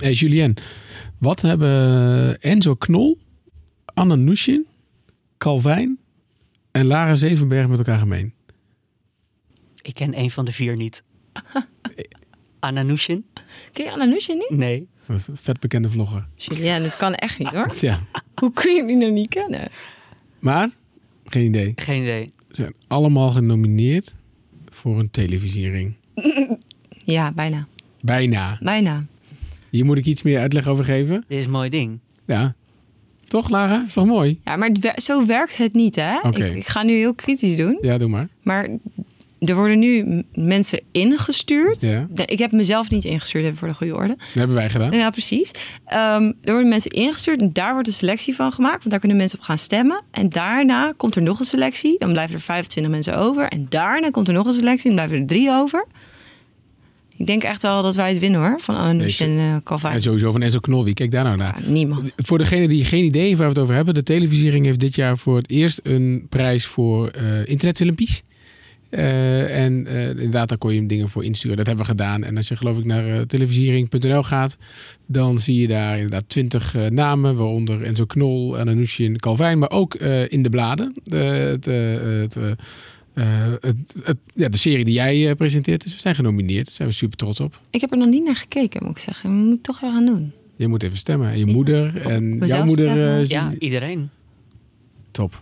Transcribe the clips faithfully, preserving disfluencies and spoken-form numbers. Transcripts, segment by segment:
Hey Julien, wat hebben Enzo Knol, Anna Nushin, Calvijn en Lara Zevenberg met elkaar gemeen? Ik ken een van de vier niet. Anna Nushin? Ken je Anna Nushin niet? Nee. Dat is een vet bekende vlogger. Julien, dat kan echt niet hoor. Ja. Hoe kun je die nou niet kennen? Maar, geen idee. Geen idee. Ze zijn allemaal genomineerd voor een televisiering. Ja, bijna. Bijna. Bijna. Hier moet ik iets meer uitleg over geven. Dit is een mooi ding. Ja. Toch, Lara? Is toch mooi? Ja, maar het wer- zo werkt het niet, hè? Oké. Ik, ik ga nu heel kritisch doen. Ja, doe maar. Maar er worden nu m- mensen ingestuurd. Ja. De- Ik heb mezelf niet ingestuurd, even voor de goede orde. Dat hebben wij gedaan. Ja, precies. Ehm, er worden mensen ingestuurd en daar wordt een selectie van gemaakt. Want daar kunnen mensen op gaan stemmen. En daarna komt er nog een selectie. Dan blijven er vijfentwintig mensen over. En daarna komt er nog een selectie. En dan blijven er drie over. Ik denk echt wel dat wij het winnen hoor. Van Anoush Nee, en uh, Calvijn. En sowieso van Enzo Knol. Wie kijkt daar nou naar? Ja, niemand. Voor degene die geen idee heeft waar we het over hebben. De televisiering heeft dit jaar voor het eerst een prijs voor uh, internetfilmpjes. Uh, en uh, inderdaad, daar kon je hem dingen voor insturen. Dat hebben we gedaan. En als je geloof ik naar uh, televisiering punt n l gaat, dan zie je daar inderdaad twintig uh, namen, waaronder Enzo Knol, Anna Nushin, Calvijn, maar ook uh, in de bladen. De, het, uh, het, uh, uh, het, het, ja, de serie die jij uh, presenteert. Dus we zijn genomineerd. Daar zijn we super trots op. Ik heb er nog niet naar gekeken, moet ik zeggen. Ik moet het toch wel gaan doen. Je moet even stemmen. En je moeder en Mezelf jouw moeder. stemmen. Uh, Ja, iedereen. Top.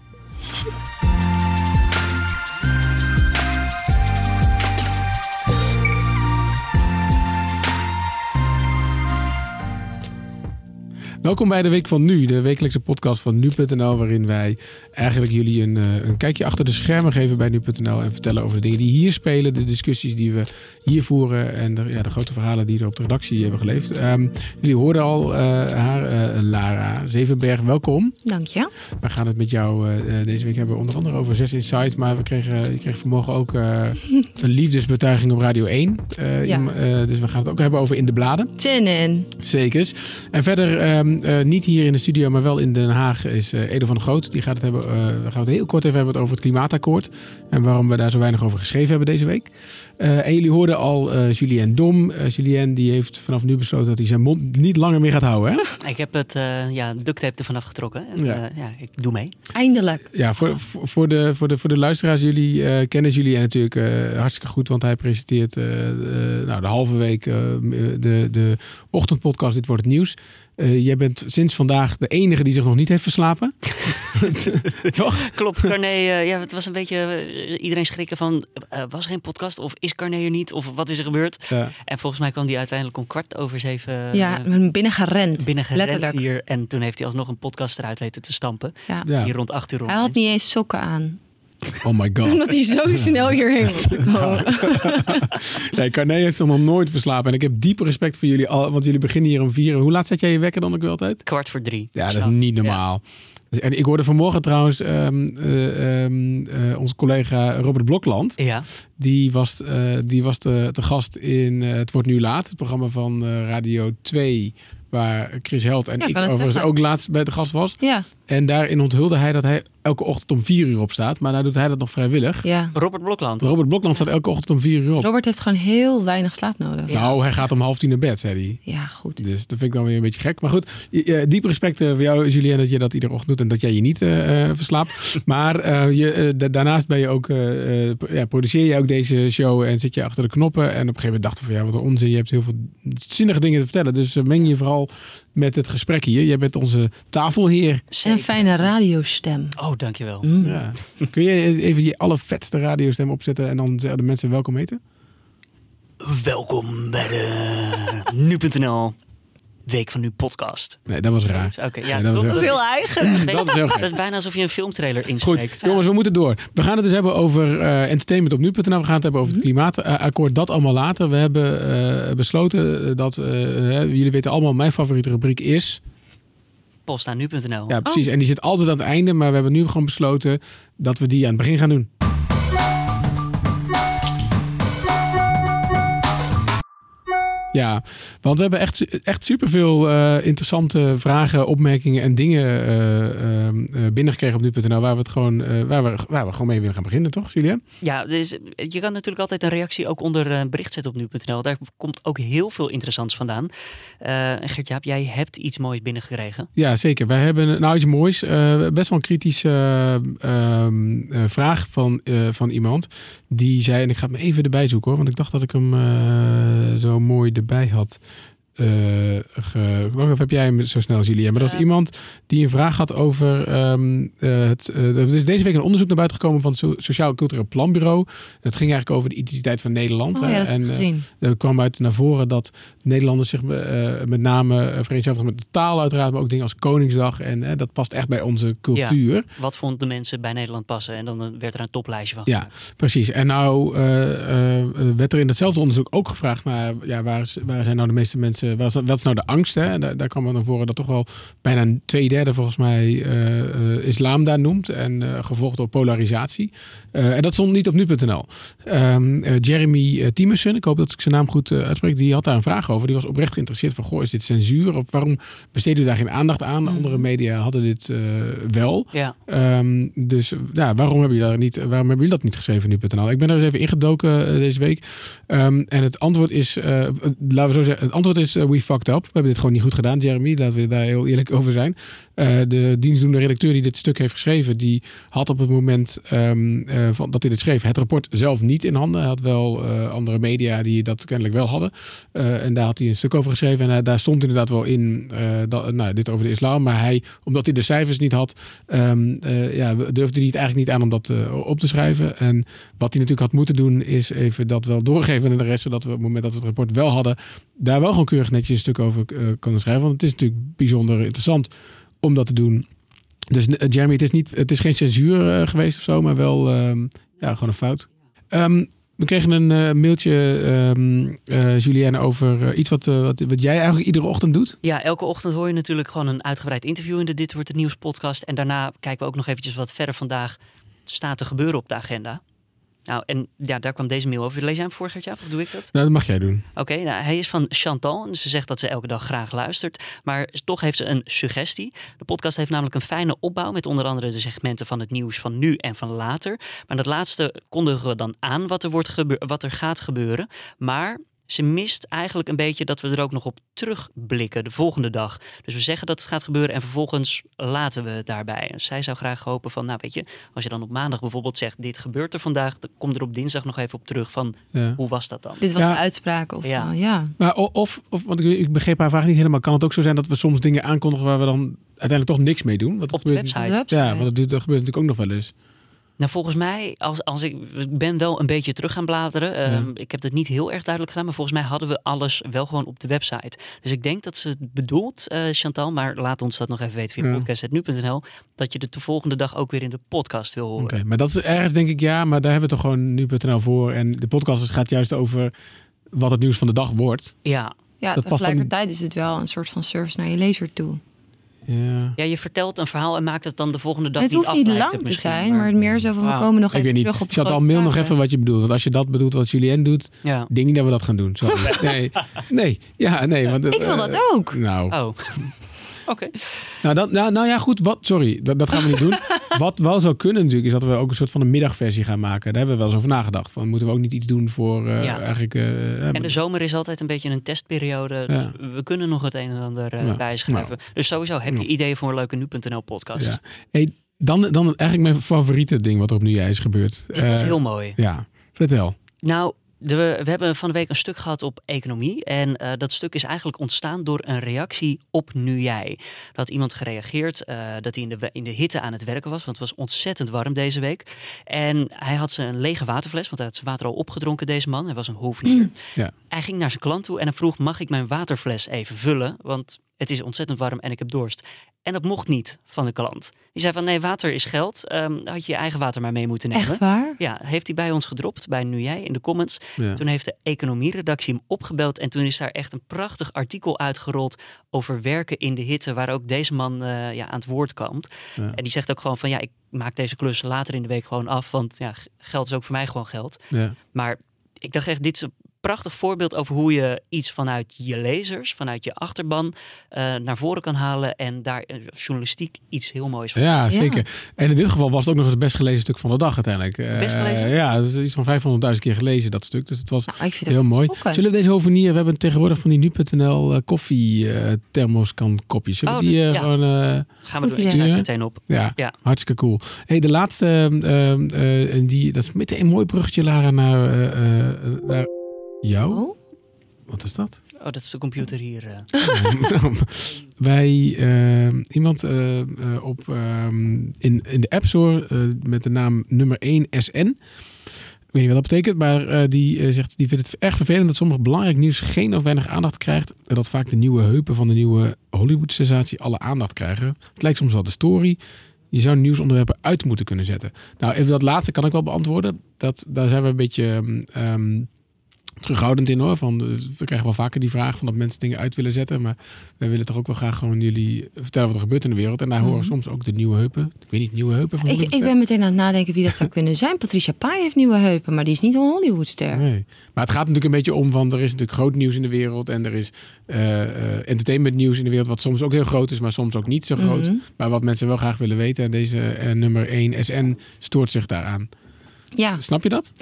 Welkom bij de Week van Nu, de wekelijkse podcast van nu punt n l... waarin wij eigenlijk jullie een, een kijkje achter de schermen geven bij nu punt n l... en vertellen over de dingen die hier spelen, de discussies die we hier voeren en de, ja, de grote verhalen die er op de redactie hebben geleefd. Um, jullie hoorden al uh, haar, uh, Lara Zevenberg, welkom. Dank je. We gaan het met jou uh, deze week hebben onder andere over Zes Insights, maar we kregen, je kreeg vanmorgen ook uh, een liefdesbetuiging op Radio één. Uh, Ja. uh, dus we gaan het ook hebben over In de Bladen. Zin in. Zekers. En verder, um, uh, niet hier in de studio, maar wel in Den Haag, is uh, Edo van der Groot. Die gaat het hebben, uh, we gaan het heel kort even hebben over het klimaatakkoord. En waarom we daar zo weinig over geschreven hebben deze week. Uh, en jullie hoorden al uh, Julien Dom. Uh, Julien die heeft vanaf nu besloten dat hij zijn mond niet langer meer gaat houden. Hè? Ik heb het uh, ja, duct tape ervan afgetrokken. En Ja. ja. Uh, ja, ik doe mee. Eindelijk. Ja, voor, voor, voor, de, voor, de, voor de luisteraars, jullie uh, kennen Julien natuurlijk uh, hartstikke goed. Want hij presenteert uh, uh, nou, de halve week uh, de, de ochtendpodcast Dit Wordt Het Nieuws. Uh, jij bent sinds vandaag de enige die zich nog niet heeft verslapen. Toch? Klopt, Carné. Uh, ja, het was een beetje uh, iedereen schrikken van, uh, was er geen podcast? Of is Carné er niet? Of wat is er gebeurd? Ja. En volgens mij kwam die uiteindelijk om kwart over zeven uh, Ja, binnen gerend. binnen gerend Letterlijk. hier. En toen heeft hij alsnog een podcast eruit weten te stampen. Ja. Ja. Hier rond acht uur. Hij had niet eens sokken aan. Oh my god. Omdat hij zo snel hierheen was gekomen. Nee, Carné heeft zich nog nooit verslapen. En ik heb diepe respect voor jullie. Al, want jullie beginnen hier om vier uur. Hoe laat zet jij je wekker dan ook wel altijd? Kwart voor drie. Ja, dat is niet normaal. Ja. En ik hoorde vanmorgen trouwens um, uh, um, uh, onze collega Robert Blokland. Ja. Die was, uh, die was te, te gast in uh, Het Wordt Nu Laat. Het programma van uh, Radio twee. Waar Chris Held en Ja, ik kan het overigens zeggen. ook laatst bij de gast was. Ja, En daarin onthulde hij dat hij elke ochtend om vier uur opstaat. Maar nou doet hij dat nog vrijwillig. ja. Robert Blokland. Robert Blokland staat elke ochtend om vier uur op. Robert heeft gewoon heel weinig slaap nodig. Ja. Nou, hij gaat om half tien naar bed, zei hij. Ja, goed. Dus dat vind ik dan weer een beetje gek. Maar goed, uh, diep respect uh, voor jou, Julien, dat je dat iedere ochtend doet en dat jij je niet uh, uh, verslaapt. Maar uh, je, uh, da- daarnaast ben je ook, uh, uh, ja, produceer je ook deze show en zit je achter de knoppen. En op een gegeven moment dachten we van ja, wat een onzin. Je hebt heel veel zinnige dingen te vertellen. Dus uh, meng je vooral met het gesprek hier. Jij bent onze tafelheer. En Zeker. een fijne radiostem. Oh, dankjewel. Mm. Ja. Kun je even je allervetste radiostem opzetten en dan zeggen de mensen welkom heten? Welkom bij de nu punt n l Week van Nu podcast. Nee, dat was raar. Oké, ja, Nee, dat was toch? heel- Dat is heel eigen. Dat is heel gek. Dat is bijna alsof je een filmtrailer Goed, inspreekt. jongens, we moeten door. We gaan het dus hebben over uh, entertainment op nu punt n l. We gaan het hebben over het klimaatakkoord. Dat allemaal later. We hebben uh, besloten dat, uh, uh, jullie weten allemaal, mijn favoriete rubriek is... Post aan nu punt n l. Ja, precies. En die zit altijd aan het einde. Maar we hebben nu gewoon besloten dat we die aan het begin gaan doen. Ja, want we hebben echt, echt superveel uh, interessante vragen, opmerkingen en dingen uh, uh, binnengekregen op nu punt n l waar we het gewoon, uh, waar we, waar we gewoon mee willen gaan beginnen, toch, Julien? Ja, dus je kan natuurlijk altijd een reactie ook onder een bericht zetten op nu punt n l. Daar komt ook heel veel interessants vandaan. Uh, Gert-Jaap, jij hebt iets moois binnengekregen. Ja, zeker. Wij hebben nou iets moois. Uh, best wel een kritische uh, uh, uh, vraag van, uh, van iemand. Die zei, en ik ga het me even erbij zoeken hoor, want ik dacht dat ik hem uh, zo mooi erbij had. Uh, ge... Of heb jij hem zo snel, Julien? Maar dat was uh, iemand die een vraag had over... Um, uh, het, uh, er is deze week een onderzoek naar buiten gekomen van het so- Sociaal Cultureel Planbureau. Dat ging eigenlijk over de identiteit van Nederland. Oh, ja, dat en uh, er kwam uit naar voren dat Nederlanders zich uh, met name vereenzelvigen met de taal uiteraard, maar ook dingen als Koningsdag. En uh, dat past echt bij onze cultuur. Ja, wat vonden de mensen bij Nederland passen? En dan werd er een toplijstje van gemaakt. Ja, precies. En nou uh, uh, werd er in datzelfde onderzoek ook gevraagd naar ja, waar, waar zijn nou de meeste mensen... Wat is nou de angst? Hè? Daar, daar kwam naar voren dat toch wel bijna twee derde volgens mij uh, uh, islam daar noemt. En uh, gevolgd door polarisatie. Uh, en dat stond niet op nu punt n l. Um, uh, Jeremy uh, Tiemersen, ik hoop dat ik zijn naam goed uh, uitspreek, die had daar een vraag over. Die was oprecht geïnteresseerd van, goh, is dit censuur? Of waarom besteden we daar geen aandacht aan? Mm. Andere media hadden dit uh, wel. Ja. Um, dus ja, waarom hebben jullie daar niet, waarom hebben jullie dat niet geschreven nu punt n l? Ik ben er eens even ingedoken uh, deze week. Um, en het antwoord is, uh, laten we zo zeggen, het antwoord is uh, we fucked up. We hebben dit gewoon niet goed gedaan, Jeremy. Laten we daar heel eerlijk over zijn. Uh, de dienstdoende redacteur die dit stuk heeft geschreven, die had op het moment um, uh, van, dat hij dit schreef, het rapport zelf niet in handen. Hij had wel uh, andere media die dat kennelijk wel hadden. Uh, en daar had hij een stuk over geschreven. En uh, daar stond inderdaad wel in, uh, dat, nou, dit over de islam. Maar hij, omdat hij de cijfers niet had, um, uh, ja, durfde hij het eigenlijk niet aan om dat uh, op te schrijven. En wat hij natuurlijk had moeten doen, is even dat wel doorgeven aan de rest, zodat we op het moment dat we het rapport wel hadden, daar wel gewoon keurig netjes een stuk over uh, kunnen schrijven. Want het is natuurlijk bijzonder interessant om dat te doen. Dus uh, Jeremy, het is, niet, het is geen censuur uh, geweest of zo, maar wel um, ja, gewoon een fout. Um, we kregen een uh, mailtje, um, uh, Julienne, over uh, iets wat, uh, wat, wat jij eigenlijk iedere ochtend doet. Ja, elke ochtend hoor je natuurlijk gewoon een uitgebreid interview in de Dit Wordt Het Nieuws podcast. En daarna kijken we ook nog eventjes wat verder vandaag staat te gebeuren op de agenda. Nou, en ja, daar kwam deze mail over. Lees jij hem voor, Gert-Jaap, of doe ik dat? Nou, dat mag jij doen. Oké, okay, nou, hij is van Chantal. En ze zegt dat ze elke dag graag luistert. Maar toch heeft ze een suggestie. De podcast heeft namelijk een fijne opbouw met onder andere de segmenten van het nieuws van nu en van later. Maar in dat laatste kondigen we dan aan wat er, wordt gebe- wat er gaat gebeuren. Maar ze mist eigenlijk een beetje dat we er ook nog op terugblikken de volgende dag. Dus we zeggen dat het gaat gebeuren en vervolgens laten we het daarbij. Dus zij zou graag hopen van, nou weet je, als je dan op maandag bijvoorbeeld zegt, dit gebeurt er vandaag, dan komt er op dinsdag nog even op terug van, ja. Hoe was dat dan? Dit was ja. een uitspraak of ja. Uh, ja. Maar of, of, want ik, ik begreep haar vraag niet helemaal, kan het ook zo zijn dat we soms dingen aankondigen waar we dan uiteindelijk toch niks mee doen? Want op de website. Gebeurt, ja, want dat, doet, dat gebeurt natuurlijk ook nog wel eens. Nou, volgens mij, als, als ik, ik ben wel een beetje terug gaan bladeren. Ja. Um, ik heb het niet heel erg duidelijk gedaan, maar volgens mij hadden we alles wel gewoon op de website. Dus ik denk dat ze het bedoelt, uh, Chantal, maar laat ons dat nog even weten via ja. podcast punt nu punt n l, dat je het de volgende dag ook weer in de podcast wil horen. Oké, okay, maar dat is ergens denk ik ja, maar daar hebben we toch gewoon nu punt n l voor. En de podcast gaat juist over wat het nieuws van de dag wordt. Ja, ja dat tegelijkertijd dan is het wel een soort van service naar je lezer toe. Ja. ja, je vertelt een verhaal en maakt het dan de volgende dag het niet af. Het hoeft niet lang te zijn, maar, maar meer zo van, we komen nog ik even weet terug niet. op Ik had al mail nog even wat je bedoelt. Want als je dat bedoelt wat Julien doet, ja. denk niet dat we dat gaan doen. Sorry. Nee, nee, ja, nee. Want, ik wil uh, dat ook. Nou. Oh. Oké. Okay. Nou, nou, nou ja, goed. Wat, sorry, dat, dat gaan we niet doen. Wat wel zou kunnen natuurlijk, is dat we ook een soort van een middagversie gaan maken. Daar hebben we wel eens over nagedacht. Van, moeten we ook niet iets doen voor uh, ja. eigenlijk... Uh, en de zomer is altijd een beetje een testperiode. Ja. Dus we kunnen nog het een en ander uh, ja. bijschrijven. Nou. Dus sowieso, heb je nou. ideeën voor een leuke nu punt n l podcast? Ja. Hey, dan, dan eigenlijk mijn favoriete ding wat er op Nu Jij is gebeurd. Dit was uh, heel mooi. Ja, vertel. Nou... De, we hebben van de week een stuk gehad op economie. En uh, dat stuk is eigenlijk ontstaan door een reactie op Nu Jij. Er had iemand gereageerd uh, dat hij in de, in de hitte aan het werken was. Want het was ontzettend warm deze week. En hij had zijn lege waterfles, want hij had zijn water al opgedronken, deze man. Hij was een hovenier. Ja. Hij ging naar zijn klant toe en hij vroeg, mag ik mijn waterfles even vullen? Want het is ontzettend warm en ik heb dorst. En dat mocht niet van de klant. Die zei van, nee, water is geld. Um, had je je eigen water maar mee moeten nemen. Echt waar? Ja, heeft hij bij ons gedropt, bij Nu Jij, in de comments. Ja. Toen heeft de economieredactie hem opgebeld. En toen is daar echt een prachtig artikel uitgerold over werken in de hitte, waar ook deze man uh, ja, aan het woord komt. Ja. En die zegt ook gewoon van, ja, ik maak deze klus later in de week gewoon af. Want ja, geld is ook voor mij gewoon geld. Ja. Maar ik dacht echt, dit is prachtig voorbeeld over hoe je iets vanuit je lezers, vanuit je achterban uh, naar voren kan halen en daar uh, journalistiek iets heel moois van. Ja, zeker. Ja. En in dit geval was het ook nog het best gelezen stuk van de dag uiteindelijk. Best gelezen? Uh, ja, het is iets van vijfhonderdduizend keer gelezen, dat stuk. Dus het was nou, ik vind heel mooi. Schokken. Zullen we deze hovenier, we hebben tegenwoordig van die nu punt n l uh, koffie uh, thermoskan kopjes. Zullen we oh, die uh, ja. gewoon uh, dus gaan we doen. Ik schrijf meteen op. Ja, ja, hartstikke cool. Hey, de laatste, uh, uh, en die, dat is meteen een mooi bruggetje, Lara, naar, uh, uh, naar jou. Oh? Wat is dat? Oh, dat is de computer hier. Uh. Wij, uh, iemand uh, uh, op, uh, in, in de App Store uh, met de naam nummer één S N. Ik weet niet wat dat betekent, maar uh, die uh, zegt, die vindt het erg vervelend dat sommig belangrijk nieuws geen of weinig aandacht krijgt. En dat vaak de nieuwe heupen van de nieuwe Hollywood-sensatie alle aandacht krijgen. Het lijkt soms wel de story. Je zou nieuwsonderwerpen uit moeten kunnen zetten. Nou, even dat laatste kan ik wel beantwoorden. Dat, daar zijn we een beetje um, terughoudend in hoor. Van, we krijgen wel vaker die vraag van dat mensen dingen uit willen zetten. Maar wij willen toch ook wel graag gewoon jullie vertellen wat er gebeurt in de wereld. En daar horen Mm-hmm. soms ook de nieuwe heupen. Ik weet niet, nieuwe heupen van Ik, ik ben meteen aan het nadenken wie dat zou kunnen zijn. Patricia Pai heeft nieuwe heupen, maar die is niet een Hollywoodster. Nee. Maar het gaat natuurlijk een beetje om van, er is natuurlijk groot nieuws in de wereld. En er is uh, uh, entertainment nieuws in de wereld. Wat soms ook heel groot is, maar soms ook niet zo groot. Mm-hmm. Maar Maar wat mensen wel graag willen weten. En deze uh, nummer één S N stoort zich daaraan. Ja. Snap je dat?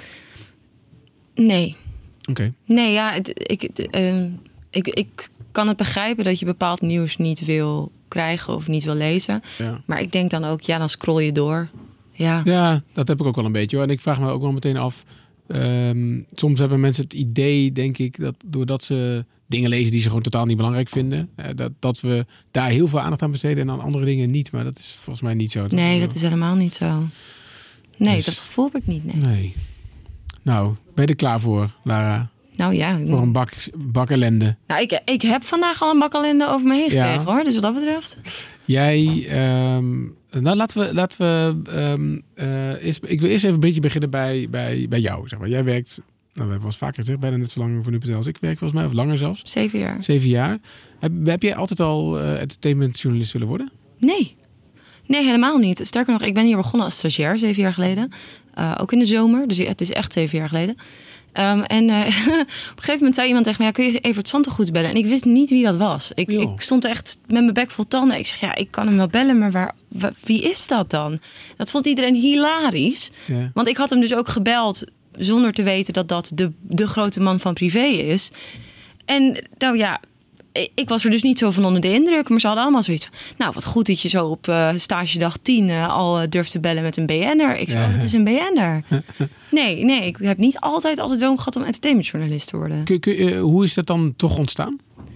Nee. Oké. Okay. Nee, ja, het, ik, het, uh, ik, ik kan het begrijpen dat je bepaald nieuws niet wil krijgen of niet wil lezen. Ja. Maar ik denk dan ook, ja, dan scroll je door. Ja. Ja, dat heb ik ook wel een beetje hoor. En ik vraag me ook wel meteen af. Um, soms hebben mensen het idee, denk ik, dat doordat ze dingen lezen die ze gewoon totaal niet belangrijk vinden, uh, dat, dat we daar heel veel aandacht aan besteden en aan andere dingen niet. Maar dat is volgens mij niet zo. Dat nee, wel... dat is helemaal niet zo. Nee, dus... dat gevoel heb ik niet. Nee. nee. Nou, ben je er klaar voor, Lara? Nou ja. Voor een bak, bak ellende. Nou, ik, ik heb vandaag al een bak ellende over me heen gekregen, ja. hoor. Dus wat dat betreft. Jij, um, nou laten we, laten we um, uh, eerst, ik wil eerst even een beetje beginnen bij, bij, bij jou. Zeg maar. Jij werkt, nou, we hebben wel eens vaker gezegd, bijna net zo lang voor nu punt n l als ik werk volgens mij, of langer zelfs. Zeven jaar. Zeven jaar. Heb, heb jij altijd al uh, entertainmentjournalist willen worden? Nee. Nee, helemaal niet. Sterker nog, ik ben hier begonnen als stagiair zeven jaar geleden. Uh, ook in de zomer, dus het is echt zeven jaar geleden. Um, en uh, op een gegeven moment zei iemand tegen me, ja, kun je Evert Santegoeds bellen? En ik wist niet wie dat was. Ik, ik stond echt met mijn bek vol tanden. Ik zeg, ja, ik kan hem wel bellen, maar waar, waar, wie is dat dan? Dat vond iedereen hilarisch. Ja. Want ik had hem dus ook gebeld zonder te weten dat dat de, de grote man van privé is. En nou ja, ik was er dus niet zo van onder de indruk. Maar ze hadden allemaal zoiets van, nou, wat goed dat je zo op uh, stagedag tien uh, al uh, durft te bellen met een B N'er. Ik zei, ja. oh, het is een B N'er. nee, nee, ik heb niet altijd al de droom gehad om entertainmentjournalist te worden. Kun, kun, uh, hoe is dat dan toch ontstaan?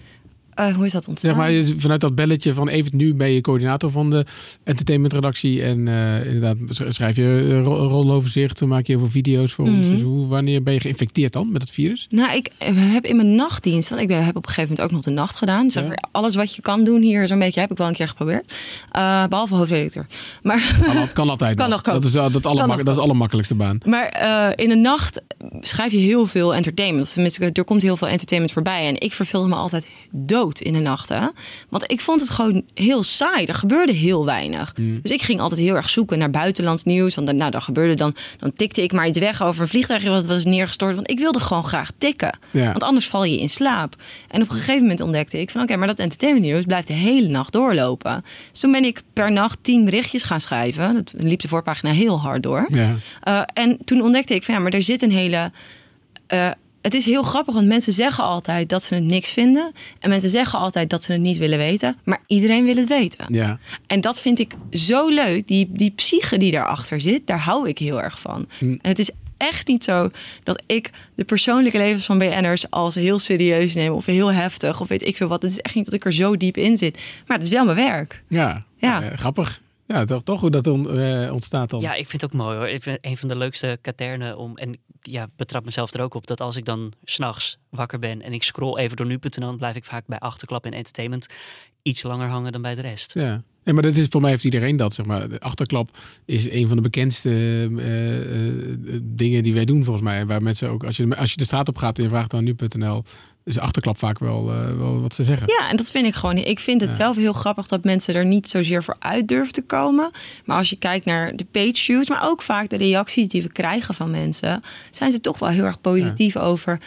Uh, hoe is dat ontstaan? Zeg maar, vanuit dat belletje van even nu ben je coördinator van de entertainmentredactie. En uh, inderdaad schrijf je een roloverzicht, maak je heel veel video's voor mm-hmm. ons. Dus hoe, wanneer ben je geïnfecteerd dan met het virus? Nou, ik heb in mijn nachtdienst, want ik ben, heb op een gegeven moment ook nog de nacht gedaan. Zeg maar, ja. Alles wat je kan doen hier zo'n beetje heb ik wel een keer geprobeerd. Uh, behalve hoofdredacteur. Maar kan, kan altijd kan nog. nog dat, is, uh, dat, alle mak- dat is de allermakkelijkste baan. Maar uh, in de nacht schrijf je heel veel entertainment. Of tenminste, er komt heel veel entertainment voorbij. En ik verveelde me altijd dood in de nachten. Want ik vond het gewoon heel saai. Er gebeurde heel weinig. Mm. Dus ik ging altijd heel erg zoeken naar buitenlands nieuws. Want nou, dan gebeurde dan, dan tikte ik maar iets weg over een vliegtuigje wat was neergestort. Want ik wilde gewoon graag tikken. Ja. Want anders val je in slaap. En op een gegeven moment ontdekte ik van oké, okay, maar dat entertainment nieuws blijft de hele nacht doorlopen. Dus toen ben ik per nacht tien berichtjes gaan schrijven. Dat liep de voorpagina heel hard door. Ja. Uh, en toen ontdekte ik van ja, maar er zit een hele... Uh, Het is heel grappig, want mensen zeggen altijd dat ze het niks vinden. En mensen zeggen altijd dat ze het niet willen weten. Maar iedereen wil het weten. Ja. En dat vind ik zo leuk. Die, die psyche die daarachter zit, daar hou ik heel erg van. Mm. En het is echt niet zo dat ik de persoonlijke levens van B N'ers als heel serieus neem. Of heel heftig, of weet ik veel wat. Het is echt niet dat ik er zo diep in zit. Maar het is wel mijn werk. Ja, ja. Uh, grappig. Ja, toch, toch hoe dat on, uh, ontstaat dan. Ja, ik vind het ook mooi hoor. Ik vind een van de leukste katernen om... En ja, betrap mezelf er ook op dat als ik dan 's nachts wakker ben en ik scroll even door nu punt n l, dan blijf ik vaak bij Achterklap en Entertainment iets langer hangen dan bij de rest. Ja. Ja, maar dat is, voor mij heeft iedereen dat, zeg maar. De Achterklap is een van de bekendste uh, uh, dingen die wij doen, volgens mij. Waar mensen ook, als je, als je de straat op gaat en je vraagt aan nu punt n l, is Achterklap vaak wel, uh, wel wat ze zeggen. Ja, en dat vind ik gewoon... Ik vind het ja. zelf heel grappig dat mensen er niet zozeer voor uit durven te komen. Maar als je kijkt naar de page views, maar ook vaak de reacties die we krijgen van mensen, zijn ze toch wel heel erg positief ja. over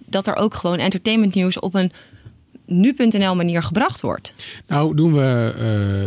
dat er ook gewoon entertainment nieuws op een nu punt n l manier gebracht wordt. Nou, doen we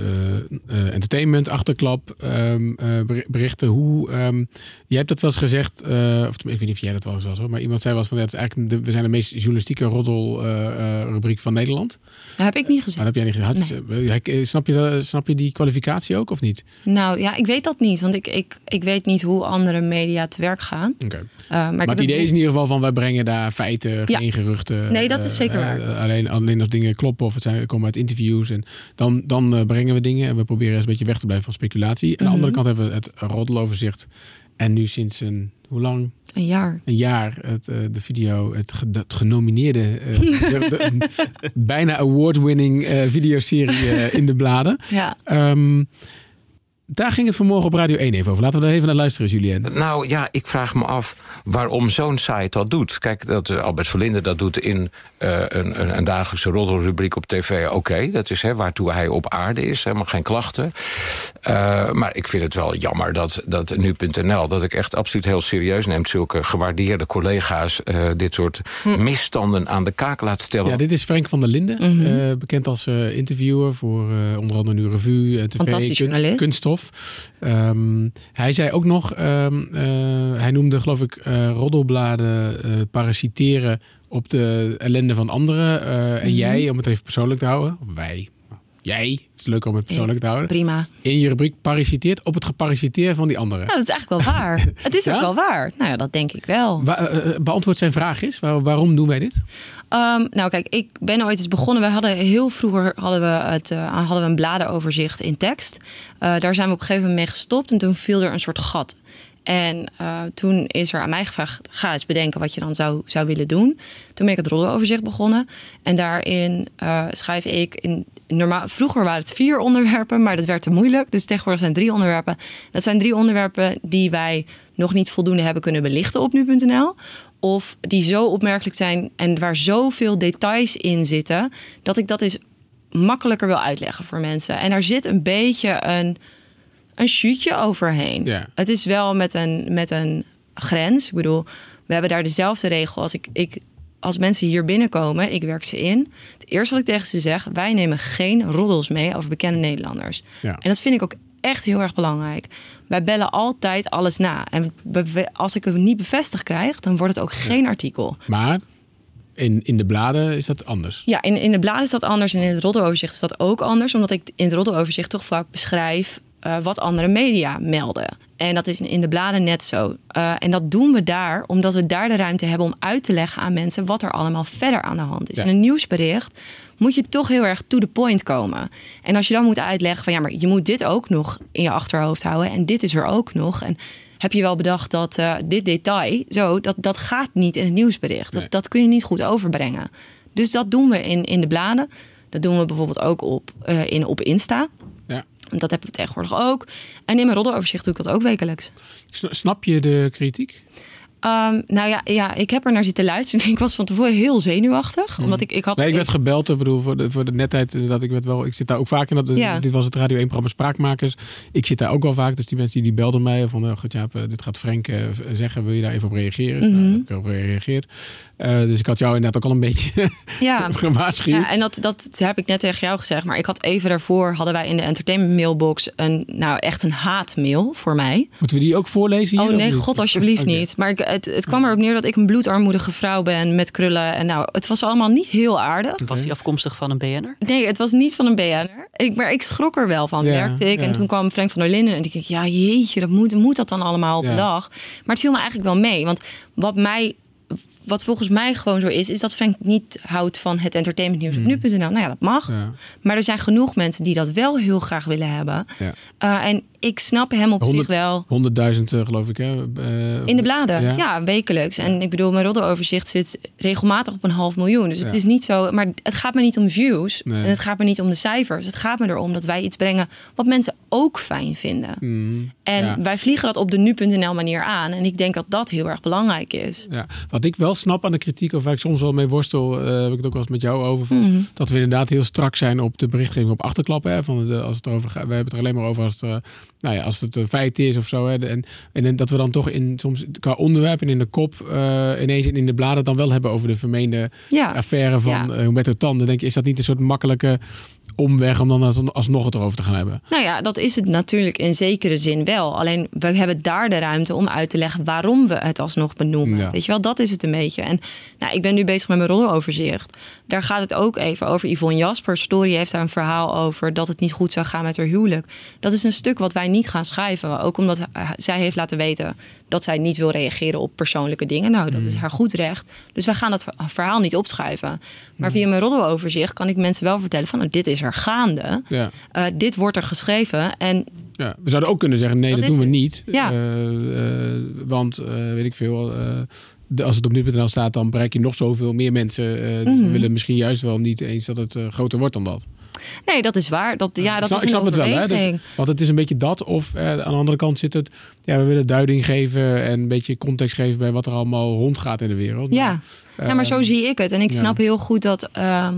uh, uh, entertainment, achterklap, um, uh, berichten. Hoe, um, jij hebt dat wel eens gezegd, uh, of ik weet niet of jij dat wel eens was, hoor, maar iemand zei wel eens van, ja, het is eigenlijk de, we zijn de meest journalistieke roddel uh, uh, rubriek van Nederland. Dat heb ik niet gezegd. Maar dat heb jij niet gezegd. Nee. Snap, je, snap je die kwalificatie ook of niet? Nou ja, ik weet dat niet, want ik, ik, ik weet niet hoe andere media te werk gaan. Okay. Uh, maar maar het idee is in ieder geval van, wij brengen daar feiten, ja. geen geruchten. Nee, dat is zeker uh, waar. Uh, alleen, alleen als dingen kloppen of het zijn, komen uit interviews en dan, dan uh, brengen we dingen en we proberen eens een beetje weg te blijven van speculatie. Aan mm-hmm. de andere kant hebben we het roddeloverzicht en nu sinds een, hoe lang? Een jaar. Een jaar, het, uh, de video, het, ge, het genomineerde, uh, de, de, bijna award-winning uh, videoserie uh, in de bladen. Ja. Um, Daar ging het vanmorgen op Radio één even over. Laten we daar even naar luisteren, Julien. Nou ja, ik vraag me af waarom zo'n site dat doet. Kijk, dat uh, Albert Verlinde dat doet in uh, een, een, een dagelijkse roddelrubriek op tv. Oké, okay, dat is hè, waartoe hij op aarde is. Helemaal geen klachten. Uh, maar ik vind het wel jammer dat, dat nu punt n l... dat ik echt absoluut heel serieus neemt... zulke gewaardeerde collega's uh, dit soort hm. misstanden aan de kaak laat stellen. Ja, dit is Frank van der Linden. Mm-hmm. Uh, bekend als uh, interviewer voor uh, onder andere nu Revue, uh, tv, kun, kunststof. Um, hij zei ook nog, um, uh, hij noemde geloof ik uh, roddelbladen uh, parasiteren op de ellende van anderen. Uh, mm-hmm. En jij, om het even persoonlijk te houden, of wij, jij, het is leuk om het persoonlijk te houden. Prima. In je rubriek parasiteert op het geparasiteer van die anderen. Nou, dat is eigenlijk wel waar. Het is ja? ook wel waar. Nou ja, dat denk ik wel. Wa- uh, beantwoord zijn vraag is, waar, waarom doen wij dit? Um, nou kijk, ik ben ooit eens begonnen. We hadden heel vroeger hadden we, het, uh, hadden we een bladenoverzicht in tekst. Uh, daar zijn we op een gegeven moment mee gestopt en toen viel er een soort gat. En uh, toen is er aan mij gevraagd, ga eens bedenken wat je dan zou, zou willen doen. Toen ben ik het roddenoverzicht begonnen. En daarin uh, schrijf ik, in, normaal, vroeger waren het vier onderwerpen, maar dat werd te moeilijk. Dus tegenwoordig zijn drie onderwerpen. Dat zijn drie onderwerpen die wij nog niet voldoende hebben kunnen belichten op nu punt n l. Of die zo opmerkelijk zijn en waar zoveel details in zitten, dat ik dat eens makkelijker wil uitleggen voor mensen. En daar zit een beetje een... een shootje overheen. Ja. Het is wel met een, met een grens. Ik bedoel, we hebben daar dezelfde regel. Als, ik, ik, als mensen hier binnenkomen, ik werk ze in. Het eerste wat ik tegen ze zeg, wij nemen geen roddels mee over bekende Nederlanders. Ja. En dat vind ik ook echt heel erg belangrijk. Wij bellen altijd alles na. En als ik het niet bevestigd krijg, dan wordt het ook geen ja. artikel. Maar... In, in de bladen is dat anders? Ja, in, in de bladen is dat anders en in het roddeloverzicht is dat ook anders. Omdat ik in het roddeloverzicht toch vaak beschrijf uh, wat andere media melden. En dat is in de bladen net zo. Uh, en dat doen we daar omdat we daar de ruimte hebben om uit te leggen aan mensen wat er allemaal verder aan de hand is. Ja. In een nieuwsbericht moet je toch heel erg to the point komen. En als je dan moet uitleggen van ja, maar je moet dit ook nog in je achterhoofd houden en dit is er ook nog. En heb je wel bedacht dat uh, dit detail, zo, dat, dat gaat niet in het nieuwsbericht. Dat, nee. dat kun je niet goed overbrengen. Dus dat doen we in, in de bladen. Dat doen we bijvoorbeeld ook op, uh, in, op Insta. Ja. Dat hebben we tegenwoordig ook. En in mijn roddenoverzicht doe ik dat ook wekelijks. Snap je de kritiek? Um, nou ja, ja, ik heb er naar zitten luisteren. Ik was van tevoren heel zenuwachtig. Mm. Omdat ik, ik, had, nee, ik werd gebeld, ik bedoel, voor de, voor de netheid. Dat ik, werd wel, ik zit daar ook vaak in. Dat, ja. Dit was het Radio één programma Spraakmakers. Ik zit daar ook wel vaak. Dus die mensen die belden mij. Van, oh, goed, ja, dit gaat Frank uh, zeggen. Wil je daar even op reageren? Mm-hmm. Nou, heb ik erop gereageerd. Uh, dus ik had jou inderdaad ook al een beetje ja. gewaarschuwd. Ja, en dat, dat heb ik net tegen jou gezegd. Maar ik had even daarvoor, hadden wij in de entertainment mailbox een, nou echt een haatmail voor mij. Moeten we die ook voorlezen hier? Oh nee, god alsjeblieft okay. niet. Maar ik, het, het kwam erop neer dat ik een bloedarmoedige vrouw ben met krullen. En nou, het was allemaal niet heel aardig. Okay. Was die afkomstig van een B N'er? Nee, het was niet van een B N'er. Ik, maar ik schrok er wel van, ja, merkte ik. Ja. En toen kwam Frank van der Linden en ik dacht, ja jeetje, dat moet, moet dat dan allemaal op ja. de dag? Maar het viel me eigenlijk wel mee. Want wat mij... Wat volgens mij gewoon zo is, is dat Frank niet houdt van het entertainmentnieuws mm. op nu punt n l. Nou ja, dat mag. Ja. Maar er zijn genoeg mensen die dat wel heel graag willen hebben. Ja. Uh, en ik snap hem op honderd, zich wel. honderdduizend uh, geloof ik, hè? Uh, in de bladen, ja, ja wekelijks. En ik bedoel, mijn roddenoverzicht zit regelmatig op een half miljoen. Dus het ja. is niet zo. Maar het gaat me niet om views. Nee. En het gaat me niet om de cijfers. Het gaat me erom dat wij iets brengen wat mensen ook fijn vinden. Mm, en ja. wij vliegen dat op de nu punt n l manier aan. En ik denk dat dat heel erg belangrijk is. Ja. Wat ik wel snap aan de kritiek, of waar ik soms wel mee worstel, uh, heb ik het ook wel eens met jou over, van, mm. dat we inderdaad heel strak zijn op de berichtgeving op achterklappen. Hè, van het, als het erover gaat, we hebben het er alleen maar over als het, uh, nou ja, als het een feit is of zo. Hè, en, en dat we dan toch in soms qua onderwerp en in de kop uh, ineens in de bladen dan wel hebben over de vermeende ja. affaire van ja. uh, Humberto Tan. Dan denk je, is dat niet een soort makkelijke omweg om dan als, alsnog het erover te gaan hebben? Nou ja, dat is het natuurlijk in zekere zin wel. Alleen we hebben daar de ruimte om uit te leggen waarom we het alsnog benoemen. Ja. Weet je wel, dat is het een beetje. En nou, ik ben nu bezig met mijn rollenoverzicht. Daar gaat het ook even over. Yvonne Jaspers story heeft daar een verhaal over dat het niet goed zou gaan met haar huwelijk. Dat is een stuk wat wij niet gaan schrijven. Ook omdat uh, zij heeft laten weten dat zij niet wil reageren op persoonlijke dingen. Nou, dat mm. is haar goed recht. Dus wij gaan dat verhaal niet opschrijven. Maar mm. via mijn roddenoverzicht kan ik mensen wel vertellen van, nou, dit is er gaande. Ja. Uh, dit wordt er geschreven. En ja, we zouden ook kunnen zeggen, nee, dat, dat doen we niet. Ja. Uh, uh, want, uh, weet ik veel, uh, de, als het op nu punt n l staat, dan bereik je nog zoveel meer mensen. Uh, mm-hmm. Dus we willen misschien juist wel niet eens dat het uh, groter wordt dan dat. Nee, dat is waar. Dat, ja, dat ik snap, is ik snap een het wel. Hè? Dus, want het is een beetje dat. Of uh, aan de andere kant zit het, ja, we willen duiding geven en een beetje context geven bij wat er allemaal rondgaat in de wereld. Ja, maar, uh, ja, maar zo zie ik het. En ik ja. snap heel goed dat Uh,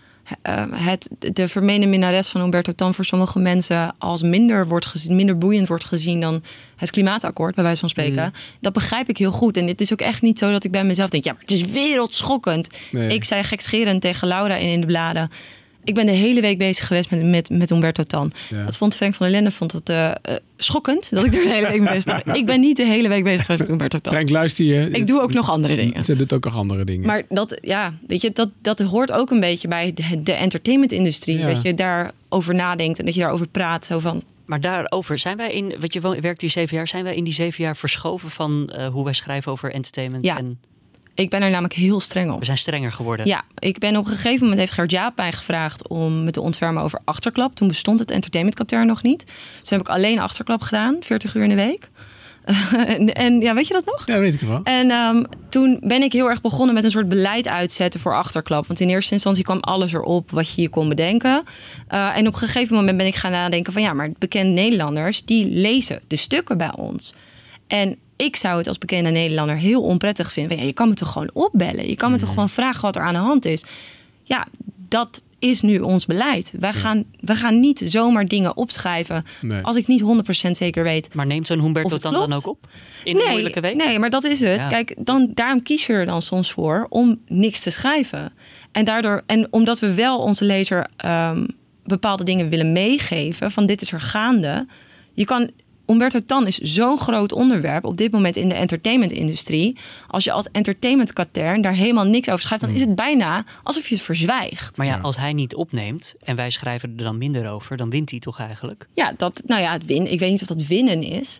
Uh, het, de vermeende minnares van Humberto Tan voor sommige mensen als minder, wordt gezien, minder boeiend wordt gezien dan het klimaatakkoord, bij wijze van spreken. Mm. Dat begrijp ik heel goed. En het is ook echt niet zo dat ik bij mezelf denk, ja, maar het is wereldschokkend. Nee. Ik zei gekscherend tegen Laura in, in de bladen, ik ben de hele week bezig geweest met, met, met Humberto Tan. Ja. Dat vond Frank van der Lende vond het uh, uh, schokkend dat ik er de hele week mee bezig ben. Ik ben niet de hele week bezig geweest met Humberto Tan. Frank, luister je. Ik doe ook nog andere dingen. Ze doet ook nog andere dingen. Maar dat, ja, weet je, dat, dat hoort ook een beetje bij de, de entertainmentindustrie. Ja. Dat je daarover nadenkt en dat je daarover praat. Zo van. Maar daarover, zijn wij in, wat je werkt hier zeven jaar, zijn wij in die zeven jaar verschoven van uh, hoe wij schrijven over entertainment? Ja. En ik ben er namelijk heel streng op. We zijn strenger geworden. Ja, ik ben op een gegeven moment heeft Gert Jaap mij gevraagd om me te ontfermen over Achterklap. Toen bestond het entertainmentkatern nog niet. Dus heb ik alleen Achterklap gedaan, veertig uur in de week. Uh, en, en ja, weet je dat nog? Ja, weet ik wel. En um, toen ben ik heel erg begonnen met een soort beleid uitzetten voor Achterklap. Want in eerste instantie kwam alles erop wat je je kon bedenken. Uh, en op een gegeven moment ben ik gaan nadenken van ja, maar bekende Nederlanders die lezen de stukken bij ons. En ik zou het als bekende Nederlander heel onprettig vinden. Ja, je kan me toch gewoon opbellen? Je kan me mm. toch gewoon vragen wat er aan de hand is? Ja, dat is nu ons beleid. Wij gaan, ja. wij gaan niet zomaar dingen opschrijven nee. als ik niet honderd procent zeker weet. Maar neemt zo'n Humberto dan, dan ook op? In nee, een moeilijke week? Nee, maar dat is het. Ja. Kijk, dan, daarom kies je er dan soms voor om niks te schrijven. En daardoor, en omdat we wel onze lezer um, bepaalde dingen willen meegeven, van dit is er gaande. Je kan Humberto Tan is zo'n groot onderwerp op dit moment in de entertainmentindustrie. Als je als entertainmentkatern daar helemaal niks over schrijft, dan is het bijna alsof je het verzwijgt. Maar ja, als hij niet opneemt en wij schrijven er dan minder over, dan wint hij toch eigenlijk? Ja, dat, nou ja, het win, ik weet niet of dat winnen is.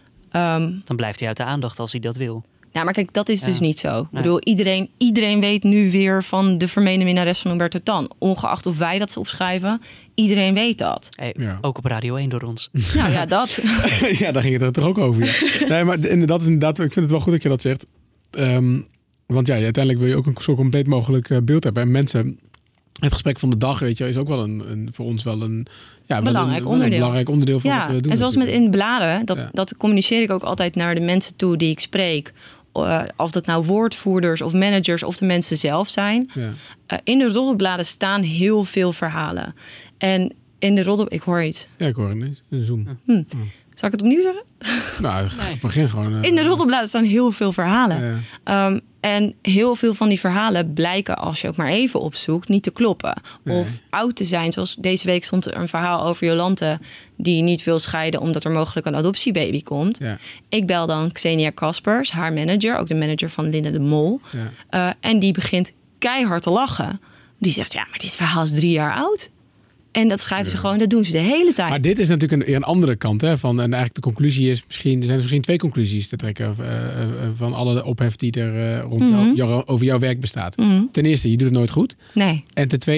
Um, dan blijft hij uit de aandacht als hij dat wil. Ja, maar kijk, dat is ja. dus niet zo. Nee. Ik bedoel, iedereen, iedereen weet nu weer van de vermeende minnares van Humberto Tan. Ongeacht of wij dat ze opschrijven, iedereen weet dat. Hey, ja. Ook op Radio één door ons. Nou ja, dat. Ja, daar ging het er toch ook over. Ja. Nee, maar inderdaad, inderdaad, ik vind het wel goed dat je dat zegt. Um, want ja, uiteindelijk wil je ook een zo compleet mogelijk beeld hebben. En mensen, het gesprek van de dag, weet je, is ook wel een, een voor ons wel een, ja, belangrijk, wel een, onderdeel. een belangrijk onderdeel van ja, wat we doen. En zoals natuurlijk. met in bladen, dat, ja. dat communiceer ik ook altijd naar de mensen toe die ik spreek. Uh, of dat nou woordvoerders of managers of de mensen zelf zijn. Ja. Uh, in de roddelbladen staan heel veel verhalen. En in de roddel... Ik hoor iets. Ja, ik hoor het niet. Een zoom. Hm. Hm. Zal ik het opnieuw zeggen? Nou, nee. begin gewoon. Uh, in de roddelbladen staan heel veel verhalen. Ja. Um, en heel veel van die verhalen blijken, als je ook maar even opzoekt, niet te kloppen. Nee. Of oud te zijn. Zoals deze week stond er een verhaal over Jolante die niet wil scheiden omdat er mogelijk een adoptiebaby komt. Ja. Ik bel dan Xenia Caspers, haar manager, ook de manager van Linda de Mol. Ja. Uh, en die begint keihard te lachen. Die zegt, ja, maar dit verhaal is drie jaar oud. En dat schrijven ze gewoon, dat doen ze de hele tijd. Maar dit is natuurlijk een, een andere kant. Hè, van, en eigenlijk de conclusie is misschien, er zijn misschien twee conclusies te trekken uh, uh, van alle ophef die er uh, rond mm-hmm. jou, jou, over jouw werk bestaat. Mm-hmm. Ten eerste, je doet het nooit goed. Nee. En ten tweede,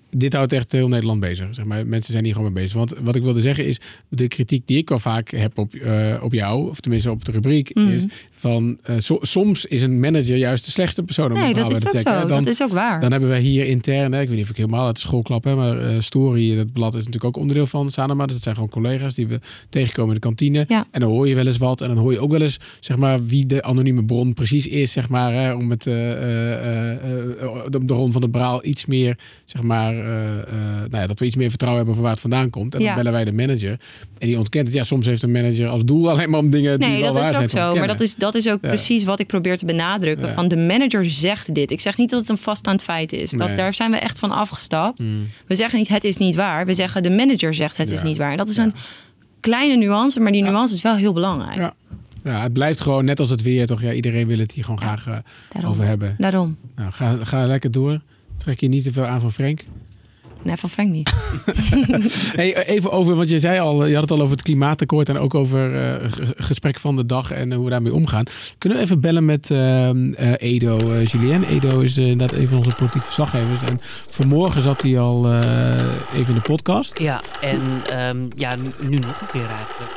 dit houdt echt heel Nederland bezig. Zeg maar. Mensen zijn hier gewoon mee bezig. Want wat ik wilde zeggen is, de kritiek die ik wel vaak heb op, uh, op jou, of tenminste op de rubriek, mm. is van uh, so, soms is een manager juist de slechtste persoon om nee, een dat is te ook checken. zo. Dan, dat is ook waar. Dan hebben wij hier intern, hè, ik weet niet of ik helemaal uit de schoolklap heb, maar uh, Story, dat blad is natuurlijk ook onderdeel van Sanoma. Dus dat zijn gewoon collega's die we tegenkomen in de kantine. Ja. En dan hoor je wel eens wat. En dan hoor je ook wel eens, zeg maar, wie de anonieme bron precies is, zeg maar, hè, om het uh, uh, uh, de, de Ron van de Braal iets meer, zeg maar, uh, uh, nou ja, dat we iets meer vertrouwen hebben van waar het vandaan komt. En ja. dan bellen wij de manager. En die ontkent het. Ja, soms heeft een manager als doel alleen maar om dingen nee, die wel waar zijn. Nee, dat is ook zo. Maar dat is, dat is ook ja. precies wat ik probeer te benadrukken. Ja. Van de manager zegt dit. Ik zeg niet dat het een vaststaand feit is. Dat, nee. Daar zijn we echt van afgestapt. Mm. We zeggen niet het is niet waar. We zeggen de manager zegt het ja. is niet waar. En dat is ja. een kleine nuance, maar die nuance ja. is wel heel belangrijk. Ja. Ja, het blijft gewoon net als het weer toch. Ja, iedereen wil het hier gewoon ja. graag uh, over hebben. Daarom. Nou, ga, ga lekker door. Trek je niet te veel aan van Frank. Nee, van Frank niet. Hey, even over, want je zei al, je had het al over het klimaatakkoord en ook over uh, gesprek van de dag en uh, hoe we daarmee omgaan. Kunnen we even bellen met uh, uh, Edo, uh, Julien? Edo is uh, inderdaad een van onze politiek verslaggevers. En vanmorgen zat hij al uh, even in de podcast. Ja, en um, ja, nu nog een keer eigenlijk.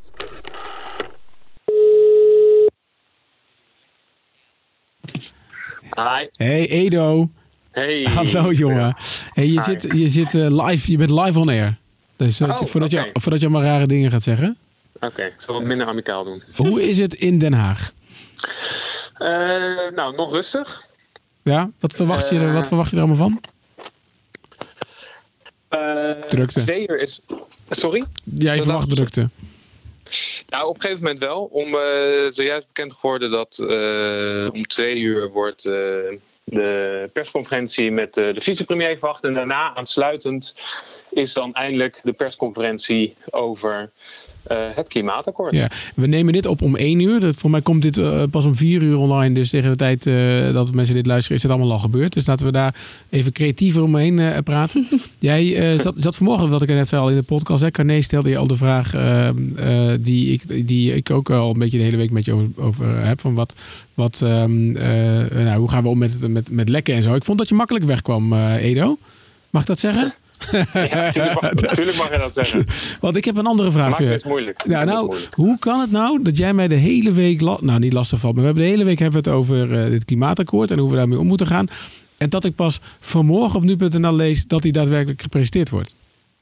Hi. Hey Edo. Hey. Hallo jongen. Hey, je, zit, je, zit, uh, live, je bent live on air. Dus uh, oh, voordat, okay. je, voordat je allemaal rare dingen gaat zeggen. Oké, okay, ik zal wat minder amicaal doen. Hoe is het in Den Haag? Uh, nou, nog rustig. Ja? Wat verwacht, je, uh, wat verwacht je er allemaal van? Uh, drukte. Twee uur is... Sorry? Ja, je verwacht drukte. Nou, op een gegeven moment wel. Om uh, zojuist bekend geworden dat uh, om twee uur wordt... Uh, de persconferentie met de vicepremier verwacht. En daarna aansluitend is dan eindelijk de persconferentie over uh, het klimaatakkoord. Ja, we nemen dit op om één uur. Dat, voor mij komt dit uh, pas om vier uur online. Dus tegen de tijd uh, dat mensen dit luisteren is het allemaal al gebeurd. Dus laten we daar even creatiever omheen uh, praten. Jij uh, zat, zat vanmorgen, wat ik net zei al in de podcast. Hè, Carné stelde je al de vraag uh, uh, die, ik, die ik ook al een beetje de hele week met je over, over heb. Van wat... Wat, um, uh, nou, hoe gaan we om met, met, met lekken en zo? Ik vond dat je makkelijk wegkwam, uh, Edo. Mag ik dat zeggen? Ja, natuurlijk mag, natuurlijk mag je dat zeggen. Want ik heb een andere vraag. Maakt het moeilijk. Ja, nou, moeilijk. Hoe kan het nou dat jij mij de hele week... La- nou, niet lastig valt, maar we hebben de hele week hebben we het over uh, dit klimaatakkoord en hoe we daarmee om moeten gaan. En dat ik pas vanmorgen op nu punt n l lees dat die daadwerkelijk gepresenteerd wordt.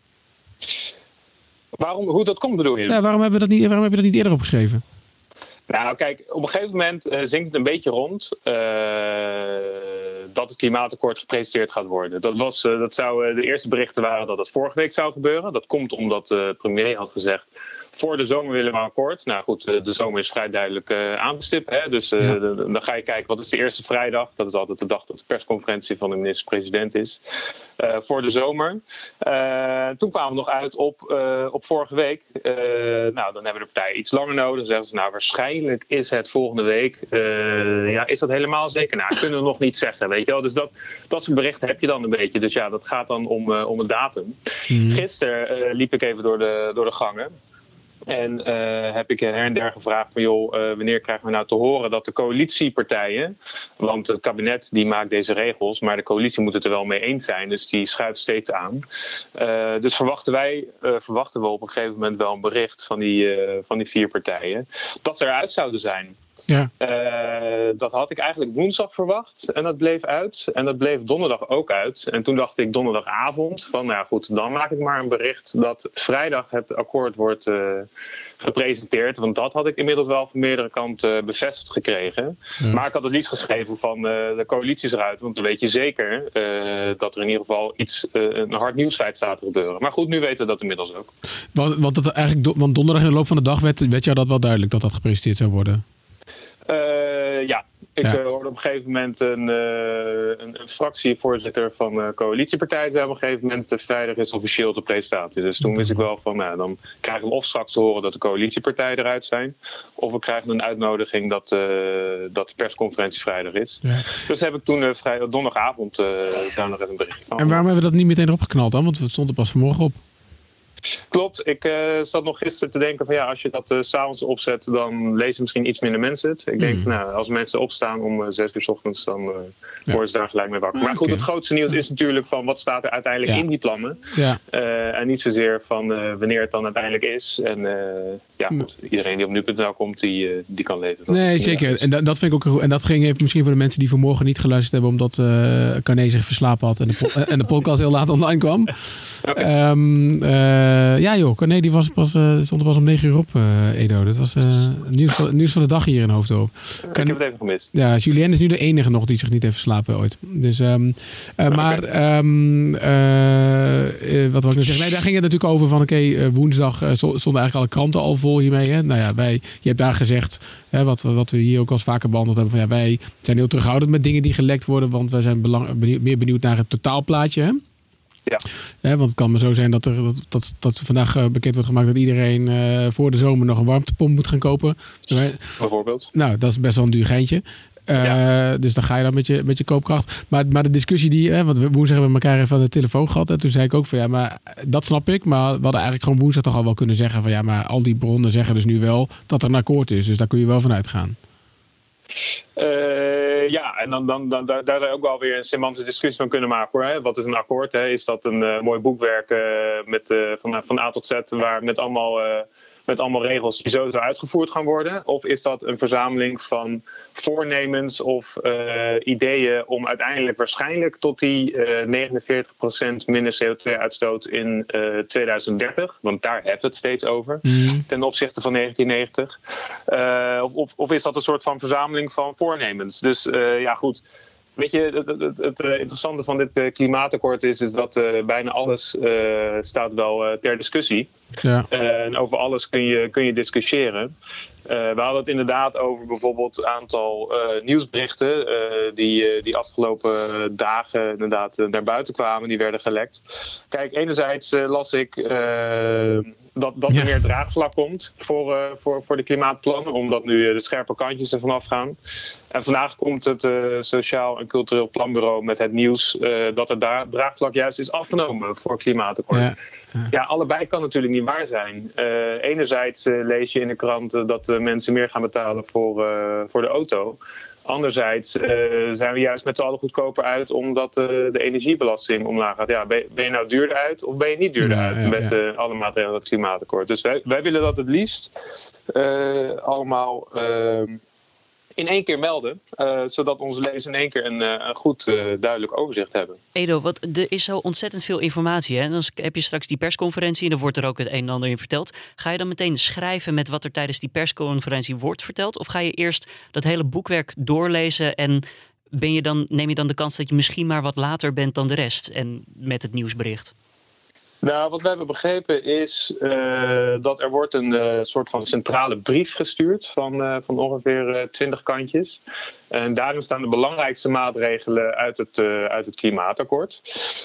Waarom, hoe dat komt bedoel je? Ja, waarom, hebben we dat niet, waarom heb je dat niet eerder opgeschreven? Nou, kijk, op een gegeven moment uh, zinkt het een beetje rond uh, dat het klimaatakkoord gepresenteerd gaat worden. Dat, was, uh, dat zou, uh, de eerste berichten waren dat het vorige week zou gebeuren. Dat komt omdat de uh, premier had gezegd, voor de zomer willen we een akkoord. Nou goed, uh, de zomer is vrij duidelijk uh, aan te stippen. Hè? Dus uh, ja. de, de, dan ga je kijken, wat is de eerste vrijdag? Dat is altijd de dag dat de persconferentie van de minister-president is. Uh, voor de zomer. Uh, toen kwamen we nog uit op, uh, op vorige week. Uh, nou, dan hebben de partijen iets langer nodig. Dan zeggen ze, nou, waarschijnlijk is het volgende week. Uh, ja, is dat helemaal zeker? Nou, kunnen we nog niet zeggen, weet je wel. Dus dat, dat soort berichten heb je dan een beetje. Dus ja, dat gaat dan om, uh, om het datum. Mm. Gisteren uh, liep ik even door de, door de gangen. En uh, heb ik her en der gevraagd van joh, uh, wanneer krijgen we nou te horen dat de coalitiepartijen, want het kabinet die maakt deze regels, maar de coalitie moet het er wel mee eens zijn, dus die schuift steeds aan. Uh, dus verwachten wij, uh, verwachten we op een gegeven moment wel een bericht van die, uh, van die vier partijen, dat ze eruit zouden zijn. Ja. Uh, dat had ik eigenlijk woensdag verwacht en dat bleef uit. En dat bleef donderdag ook uit. En toen dacht ik donderdagavond van, nou ja, goed, dan maak ik maar een bericht dat vrijdag het akkoord wordt uh, gepresenteerd. Want dat had ik inmiddels wel van meerdere kanten uh, bevestigd gekregen. Ja. Maar ik had het liefst geschreven van uh, de coalities eruit. Want dan weet je zeker uh, dat er in ieder geval iets, uh, een hard nieuwsfeit staat te gebeuren. Maar goed, nu weten we dat inmiddels ook. Want, want, dat eigenlijk, want donderdag in de loop van de dag werd, werd jou dat wel duidelijk dat dat gepresenteerd zou worden? Uh, ja, ik ja. Uh, hoorde op een gegeven moment een, uh, een, een fractievoorzitter van de uh, coalitiepartij zei op een gegeven moment de vrijdag is officieel de presentatie. Dus toen wist ik wel van, nou, dan krijgen we of straks te horen dat de coalitiepartijen eruit zijn, of we krijgen een uitnodiging dat, uh, dat de persconferentie vrijdag is. Ja. Dus heb ik toen uh, vrij, donderdagavond uh, daar nog even een berichtje van. En waarom hebben we dat niet meteen erop geknald dan? Want het stond er pas vanmorgen op. Klopt. Ik uh, zat nog gisteren te denken van ja, als je dat uh, 's avonds opzet, dan lezen misschien iets minder mensen het. Ik denk mm. van nou, als mensen opstaan om uh, zes uur 's ochtends, dan uh, ja. worden ze daar gelijk mee wakker. Maar goed, okay. Het grootste nieuws is natuurlijk van wat staat er uiteindelijk ja. in die plannen. Ja. Uh, en niet zozeer van uh, wanneer het dan uiteindelijk is. En uh, ja, goed, iedereen die op nu punt n l komt, die, uh, die kan lezen. Dat nee, zeker. En dat, dat vind ik ook goed. En dat ging even misschien voor de mensen die vanmorgen niet geluisterd hebben, omdat uh, Carné zich verslapen had en de, po- en de podcast heel laat online kwam. Okay. Um, uh, ja joh, Carné die was pas, uh, stond er pas om negen uur op, uh, Edo. Dat was uh, het nieuws van, nieuws van de dag hier in Hoofddorp. Ik heb het even gemist. Ja, Julien is nu de enige nog die zich niet heeft verslapen ooit. Dus, um, uh, okay. Maar um, uh, uh, wat wil ik nou zeggen? Nee, daar ging het natuurlijk over van oké, okay, uh, woensdag uh, stonden eigenlijk alle kranten al vol hiermee. Hè? Nou ja, wij, je hebt daar gezegd, hè, wat, wat we hier ook al eens vaker behandeld hebben, van ja, wij zijn heel terughoudend met dingen die gelekt worden, want wij zijn belang, benieuwd, meer benieuwd naar het totaalplaatje. Hè? Ja. Ja, want het kan maar zo zijn dat er dat, dat, dat vandaag uh, bekend wordt gemaakt dat iedereen uh, voor de zomer nog een warmtepomp moet gaan kopen. Bijvoorbeeld. Nou, dat is best wel een duur geintje. Uh, ja. Dus dan ga je dan met je, met je koopkracht. Maar, maar de discussie die, hè, want we woensdag hebben we elkaar even aan de telefoon gehad. En toen zei ik ook van ja, maar dat snap ik. Maar we hadden eigenlijk gewoon woensdag toch al wel kunnen zeggen van ja, maar al die bronnen zeggen dus nu wel dat er een akkoord is. Dus daar kun je wel van uitgaan. Uh, ja, en dan, dan, dan, daar, daar zou je ook wel weer een semantische discussie van kunnen maken hoor. Hè? Wat is een akkoord? Hè? Is dat een uh, mooi boekwerk uh, met, uh, van, van A tot Z waar met allemaal, uh, met allemaal regels die sowieso uitgevoerd gaan worden? Of is dat een verzameling van voornemens of uh, ideeën om uiteindelijk waarschijnlijk tot die uh, negenenveertig procent minder C O twee uitstoot in uh, tweeduizend dertig, want daar hebben we het steeds over, mm. ten opzichte van negentien negentig. Uh, of, of, of is dat een soort van verzameling van voornemens? Dus uh, ja goed, weet je, het, het, het interessante van dit uh, klimaatakkoord is, is dat uh, bijna alles uh, staat wel uh, ter discussie. Ja. Uh, en over alles kun je, kun je discussiëren. Uh, we hadden het inderdaad over bijvoorbeeld een aantal uh, nieuwsberichten uh, die, uh, die afgelopen dagen inderdaad uh, naar buiten kwamen, die werden gelekt. Kijk, enerzijds uh, las ik uh, dat, dat er ja. meer draagvlak komt voor, uh, voor, voor de klimaatplannen, omdat nu uh, de scherpe kantjes er vanaf gaan. En vandaag komt het uh, Sociaal en Cultureel Planbureau met het nieuws uh, dat er da- draagvlak juist is afgenomen voor klimaatakkoord. Ja. Ja. ja, allebei kan natuurlijk niet waar zijn. Uh, enerzijds uh, lees je in de krant uh, dat uh, mensen meer gaan betalen voor, uh, voor de auto. Anderzijds uh, zijn we juist met z'n allen goedkoper uit omdat uh, de energiebelasting omlaag gaat. Ja, ben, ben je nou duurder uit of ben je niet duurder ja, uit ja, met uh, alle maatregelen van het klimaatakkoord? Dus wij, wij willen dat het liefst uh, allemaal Uh, in één keer melden, uh, zodat onze lezers in één keer een, uh, een goed uh, duidelijk overzicht hebben. Edo, wat, er is zo ontzettend veel informatie. Hè? Dan heb je straks die persconferentie en dan wordt er ook het een en ander in verteld. Ga je dan meteen schrijven met wat er tijdens die persconferentie wordt verteld? Of ga je eerst dat hele boekwerk doorlezen en ben je dan, neem je dan de kans dat je misschien maar wat later bent dan de rest en met het nieuwsbericht? Nou, wat we hebben begrepen is uh, dat er wordt een uh, soort van centrale brief gestuurd van, uh, van ongeveer twintig uh, kantjes. En daarin staan de belangrijkste maatregelen uit het, uh, uit het klimaatakkoord.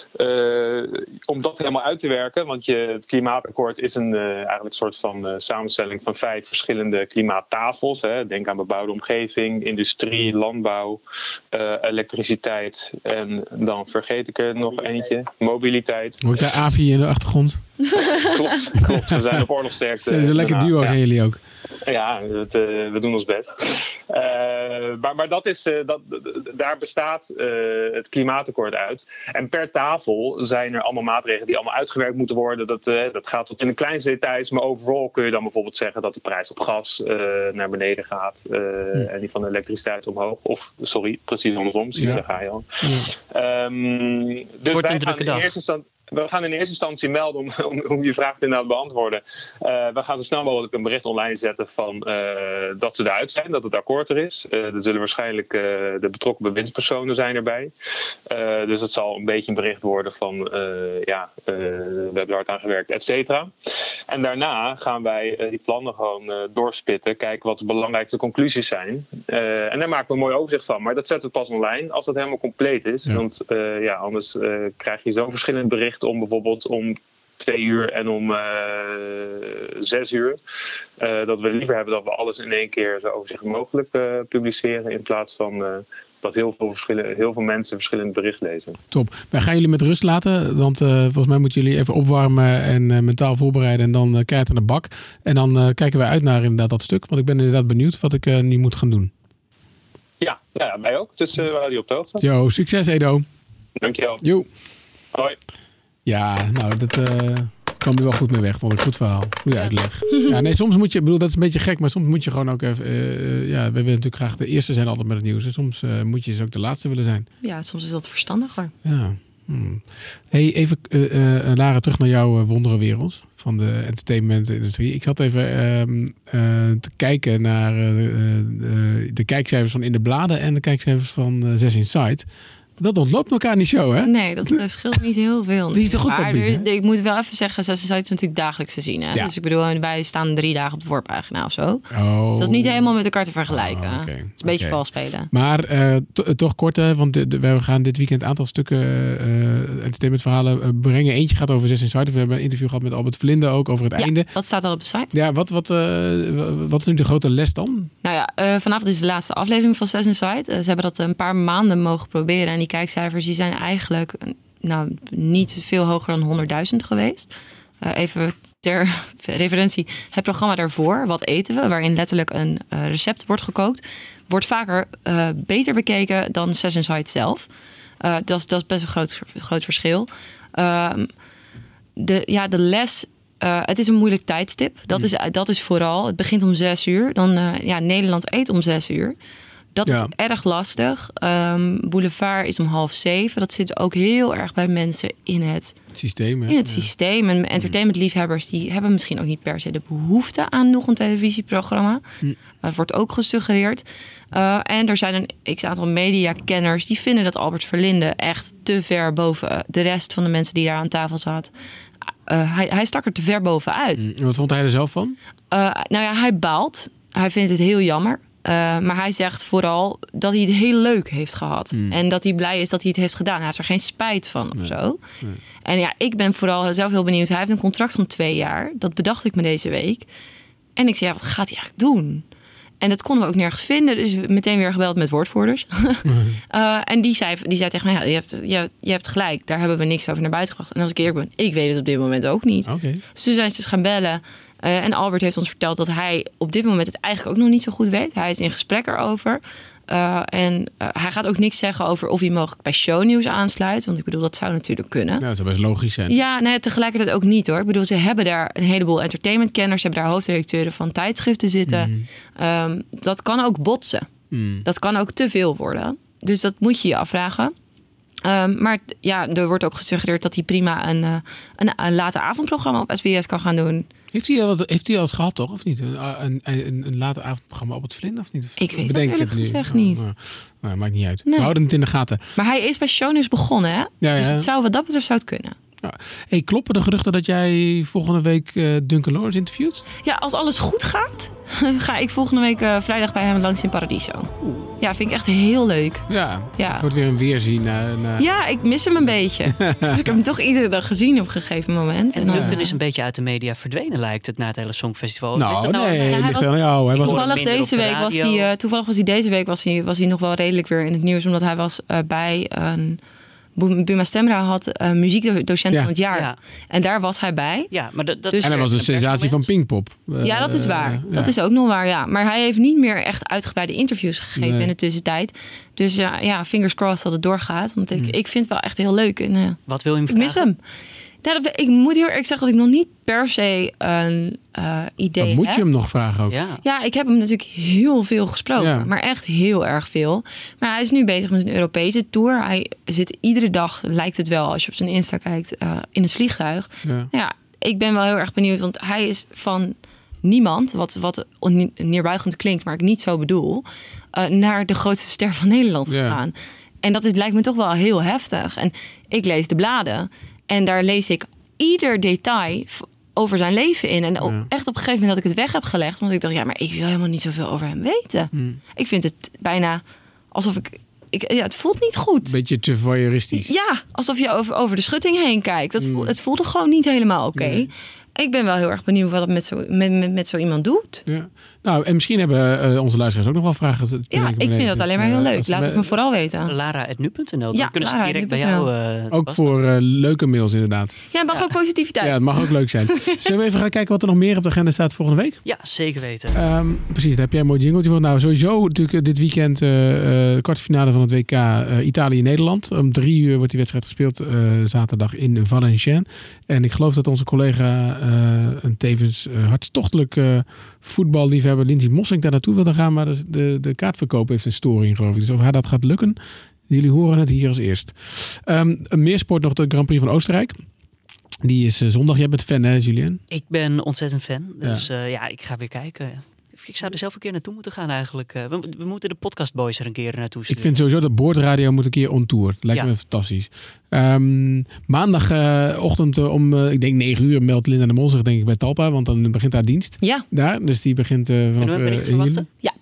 Uh, om dat helemaal uit te werken, want je, het klimaatakkoord is een uh, eigenlijk een soort van uh, samenstelling van vijf verschillende klimaattafels. Hè. Denk aan bebouwde omgeving, industrie, landbouw, uh, elektriciteit en dan vergeet ik er nog eentje, mobiliteit. Hoor ik daar Avi in de achtergrond? Klopt, klopt. We zijn op oorlogsterkte. Zijn ze lekker duo zijn ja. jullie ook? Ja, het, uh, we doen ons best. Uh, maar, maar dat is, uh, dat, daar bestaat uh, het klimaatakkoord uit. En per tafel zijn er allemaal maatregelen die allemaal uitgewerkt moeten worden. Dat, uh, dat gaat tot in de kleinste details. Maar overal kun je dan bijvoorbeeld zeggen dat de prijs op gas uh, naar beneden gaat. Uh, ja. En die van de elektriciteit omhoog. Of, sorry, precies andersom. Zie je, ja. Daar ga je al. Ja. Um, dus wordt wij een drukke gaan in dag. eerste instantie... We gaan in eerste instantie melden om, om, om je vraag inderdaad te beantwoorden. Uh, we gaan zo snel mogelijk een bericht online zetten van uh, dat ze eruit zijn, dat het akkoord er is. Uh, er zullen waarschijnlijk uh, de betrokken bewindspersonen zijn erbij. Uh, dus het zal een beetje een bericht worden van uh, ja, uh, we hebben er hard aan gewerkt, et cetera. En daarna gaan wij uh, die plannen gewoon uh, doorspitten, kijken wat de belangrijkste conclusies zijn. Uh, en daar maken we een mooi overzicht van. Maar dat zetten we pas online als het helemaal compleet is. Ja. Want uh, ja, anders uh, krijg je zo'n verschillend bericht om bijvoorbeeld om twee uur en om uh, zes uur. Uh, dat we liever hebben dat we alles in één keer zo overzichtelijk mogelijk uh, publiceren. In plaats van uh, dat heel veel, verschillen, heel veel mensen verschillend bericht lezen. Top. Wij gaan jullie met rust laten. Want uh, volgens mij moeten jullie even opwarmen en uh, mentaal voorbereiden. En dan uh, keihard aan de bak. En dan uh, kijken wij uit naar inderdaad dat stuk. Want ik ben inderdaad benieuwd wat ik uh, nu moet gaan doen. Ja, ja, wij ook. Dus uh, we houden je op de hoogte. Yo, succes Edo. Dankjewel. Jo. Hoi. Ja, nou, dat uh, kwam er wel goed mee weg. Vond ik een goed verhaal. Goeie uitleg. Ja, nee, soms moet je, ik bedoel, dat is een beetje gek, maar soms moet je gewoon ook even, uh, ja, we willen natuurlijk graag de eerste zijn altijd met het nieuws. En soms uh, moet je dus ook de laatste willen zijn. Ja, soms is dat verstandiger. Ja. Hmm. Hey, even, uh, uh, Lara, terug naar jouw uh, wonderenwereld van de entertainment-industrie. Ik zat even uh, uh, te kijken naar uh, uh, de kijkcijfers van In de Bladen en de kijkcijfers van uh, Zes Inside. Dat ontloopt elkaar niet zo, hè? Nee, dat scheelt niet heel veel. Die is toch ook maar wel bizar? er, ik moet wel even zeggen, Zes Inside is natuurlijk dagelijks te zien. Hè? Ja. Dus ik bedoel, wij staan drie dagen op de voorpagina of zo. Oh. Dus dat is niet helemaal met elkaar te vergelijken. Oh, okay. Het is een beetje okay. vals spelen. Maar uh, to- toch kort, hè, want de, de, we gaan dit weekend een aantal stukken uh, entertainmentverhalen uh, brengen. Eentje gaat over Zes Inside. We hebben een interview gehad met Albert Verlinde ook over het Ja, einde. dat staat al op de site. Ja, wat, wat, uh, wat is nu de grote les dan? Nou ja, uh, vanavond is de laatste aflevering van Zes Inside. Uh, ze hebben dat een paar maanden mogen proberen. En die kijkcijfers die zijn eigenlijk nou, niet veel hoger dan honderdduizend geweest. Uh, even ter referentie, het programma daarvoor, Wat eten we? Waarin letterlijk een uh, recept wordt gekookt. Wordt vaker uh, beter bekeken dan Zes Inside zelf. Uh, dat, is, dat is best een groot, groot verschil. Uh, de, ja, de les... Uh, het is een moeilijk tijdstip. Dat is, dat is vooral. Het begint om zes uur. Dan, uh, ja, Nederland eet om zes uur. Dat ja. is erg lastig. Um, Boulevard is om half zeven. Dat zit ook heel erg bij mensen in het systeem. Hè? In het ja. systeem. En entertainmentliefhebbers die hebben misschien ook niet per se de behoefte aan nog een televisieprogramma. Hm. Dat wordt ook gesuggereerd. Uh, en er zijn een x-aantal mediakenners die vinden dat Albert Verlinde echt te ver boven de rest van de mensen die daar aan tafel zaten. Uh, hij, hij stak er te ver bovenuit. Hm. Wat vond hij er zelf van? Uh, nou ja, hij baalt. Hij vindt het heel jammer. Uh, maar hij zegt vooral dat hij het heel leuk heeft gehad. Mm. En dat hij blij is dat hij het heeft gedaan. Hij heeft er geen spijt van nee. of zo. Nee. En ja, ik ben vooral zelf heel benieuwd. Hij heeft een contract van twee jaar. Dat bedacht ik me deze week. En ik zei, ja, wat gaat hij eigenlijk doen? En dat konden we ook nergens vinden. Dus meteen weer gebeld met woordvoerders. Mm. uh, en die zei, die zei tegen mij, ja, je, hebt, je, je hebt gelijk. Daar hebben we niks over naar buiten gebracht. En als ik eerlijk ben, ik weet het op dit moment ook niet. Okay. Dus toen zijn ze dus gaan bellen. Uh, en Albert heeft ons verteld dat hij op dit moment het eigenlijk ook nog niet zo goed weet. Hij is in gesprek erover. Uh, en uh, hij gaat ook niks zeggen over of hij mogelijk bij Shownieuws aansluit. Want ik bedoel, dat zou natuurlijk kunnen. Ja, dat zou best logisch zijn. Ja, nee, tegelijkertijd ook niet hoor. Ik bedoel, ze hebben daar een heleboel entertainmentkenners. Ze hebben daar hoofdredacteuren van tijdschriften zitten. Mm. Um, dat kan ook botsen. Mm. Dat kan ook te veel worden. Dus dat moet je je afvragen. Um, maar ja, er wordt ook gesuggereerd dat hij prima een, uh, een, een late avondprogramma op S B S kan gaan doen. Heeft hij al, heeft hij al eens gehad, toch? Of niet? Een, een, een, een late avondprogramma op het Vlin, of niet? Of ik weet het eerlijk gezegd niet. Oh, nou, maakt niet uit. Nee. We houden het in de gaten. Maar hij is bij Shownieuws begonnen, hè? Ja, dus ja. het zou, wat dat betreft zou het kunnen. Ja. Hey, kloppen de geruchten dat jij volgende week uh, Duncan Lawrence interviewt? Ja, als alles goed gaat, ga ik volgende week uh, vrijdag bij hem langs in Paradiso. Oeh. Ja, vind ik echt heel leuk. Ja, ja. Het wordt weer een weerzien. Naar, naar... Ja, ik mis hem een beetje. Ik heb hem toch iedere dag gezien op een gegeven moment. En, en Duncan ja. is een beetje uit de media verdwenen, lijkt het, na het hele Songfestival. Nou, nou nee, hij ligt was, aan jou. Hij was toevallig, deze week was hij, uh, toevallig was hij deze week was hij, was hij nog wel redelijk weer in het nieuws, omdat hij was uh, bij een... Buma Stemra had uh, muziekdocent ja. van het jaar. Ja. En daar was hij bij. Ja, maar dat, dat dus, en hij was een sensatie van Pinkpop. Uh, ja, dat is waar. Uh, dat ja. is ook nog waar, ja. Maar hij heeft niet meer echt uitgebreide interviews gegeven nee. in de tussentijd. Dus uh, ja, fingers crossed dat het doorgaat. Want ik, mm. ik vind het wel echt heel leuk. En, uh, Wat wil je hem ik mis hem. Nou, dat, ik moet heel erg zeggen dat ik nog niet per se een uh, idee heb. Moet je hem nog vragen ook? Ja. ja, ik heb hem natuurlijk heel veel gesproken. Ja. Maar echt heel erg veel. Maar hij is nu bezig met een Europese tour. Hij zit iedere dag, lijkt het wel, als je op zijn Insta kijkt, uh, in het vliegtuig. Ja. ja, ik ben wel heel erg benieuwd. Want hij is van niemand, wat, wat neerbuigend klinkt, maar ik niet zo bedoel, uh, naar de grootste ster van Nederland gegaan. Ja. En dat is, lijkt me toch wel heel heftig. En ik lees de bladen. En daar lees ik ieder detail over zijn leven in. En ja. echt op een gegeven moment dat ik het weg heb gelegd. Want ik dacht, ja, maar ik wil helemaal niet zoveel over hem weten. Hmm. Ik vind het bijna alsof ik ik, ja, het voelt niet goed. Beetje te voyeuristisch. Ja, alsof je over, over de schutting heen kijkt. Dat voelt, het voelde gewoon niet helemaal oké. Okay. Nee. Ik ben wel heel erg benieuwd wat het met zo, met, met, met zo iemand doet. Ja. Nou, en misschien hebben uh, onze luisteraars ook nog wel vragen. Te ja, ik vind dat alleen maar heel leuk. Laat het me vooral weten. Lara apenstaartje nu punt n l. Ja, Dan kunnen ze direct bij jou... Uh, ook voor uh, leuke mails inderdaad. Ja, het mag ja. ook positiviteit. Ja, het mag ook leuk zijn. Zullen we even gaan kijken wat er nog meer op de agenda staat volgende week? Ja, zeker weten. Um, precies, daar heb jij een mooi jingletje voor. Nou, sowieso natuurlijk dit weekend uh, uh, kwartfinale van het W K uh, Italië-Nederland. Om drie uur wordt die wedstrijd gespeeld uh, zaterdag in Valenciennes. En ik geloof dat onze collega uh, een tevens uh, hartstochtelijk uh, voetballiefhebber Lindsay Mossink daar naartoe wilde gaan, maar de, de, de kaartverkoop heeft een storing, geloof ik. Dus of haar dat gaat lukken, jullie horen het hier als eerst. Um, meer sport nog, de Grand Prix van Oostenrijk. Die is uh, zondag. Jij bent fan, hè, Julien? Ik ben ontzettend fan. Dus ja, uh, ja ik ga weer kijken. Ik zou er zelf een keer naartoe moeten gaan eigenlijk. Uh, we, we moeten de podcastboys er een keer naartoe sturen. Ik vind sowieso dat Boordradio moet een keer on tour. Lijkt ja. me fantastisch. Um, maandagochtend uh, om, uh, ik denk negen uur, meldt Linda de Mol zich denk ik bij Talpa. Want dan begint haar dienst. Ja. Daar. Dus die begint uh, vanaf... Kunnen we een bericht uh, verwachten? Ja.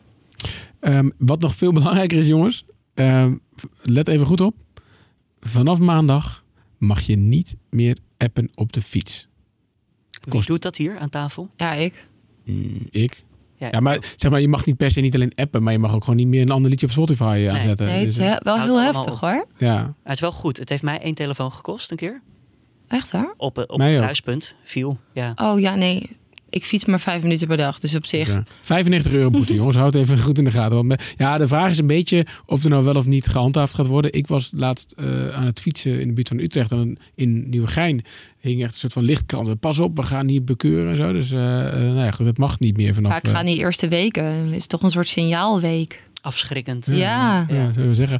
Um, wat nog veel belangrijker is, jongens. Um, let even goed op. Vanaf maandag mag je niet meer appen op de fiets. Wie Kost... doet dat hier aan tafel? Ja, ik. Mm, ik. Ja, ja, maar zeg maar, je mag niet per se niet alleen appen, maar je mag ook gewoon niet meer een ander liedje op Spotify nee. aanzetten. Nee, het is he- wel heel heftig hoor. Ja. Maar het is wel goed. Het heeft mij één telefoon gekost een keer. Echt waar? Op, op het kruispunt viel. Ja. Oh ja, nee. Ik fiets maar vijf minuten per dag, dus op zich... Ja. vijfennegentig euro boete, jongens. Houd even goed in de gaten. Want ja, de vraag is een beetje of er nou wel of niet gehandhaafd gaat worden. Ik was laatst uh, aan het fietsen in de buurt van Utrecht. En in Nieuwegein hing echt een soort van lichtkrant. Pas op, we gaan hier bekeuren en zo. Dus uh, uh, nou ja, goed, het mag niet meer vanaf... Vaak gaan die eerste weken. Het is toch een soort signaalweek. Afschrikkend. Ja. Ja, ja zullen we zeggen.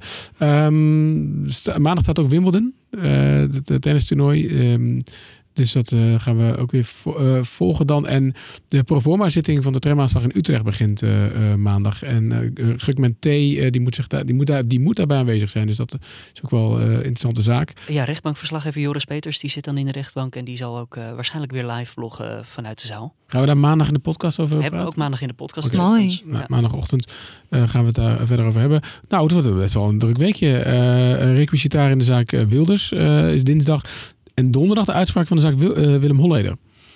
Um, sta, maandag staat ook Wimbledon. Uh, het, het tennistoernooi... Um, Dus dat uh, gaan we ook weer vo- uh, volgen dan. En de proforma-zitting van de tramaanslag in Utrecht begint uh, uh, maandag. En uh, Gugman T. Uh, die, moet zich daar, die, moet daar, die moet daarbij aanwezig zijn. Dus dat is ook wel een uh, interessante zaak. Ja, rechtbankverslaggever Joris Peters die zit dan in de rechtbank. En die zal ook uh, waarschijnlijk weer live vloggen vanuit de zaal. Gaan we daar maandag in de podcast over we praten? Hebben we ook maandag in de podcast. Okay. Mooi. Nou, ja. Maandagochtend uh, gaan we het daar verder over hebben. Nou, het wordt best wel een druk weekje. Uh, requisitaar in de zaak uh, Wilders uh, is dinsdag. En donderdag de uitspraak van de zaak Wil, uh, Willem Holleder.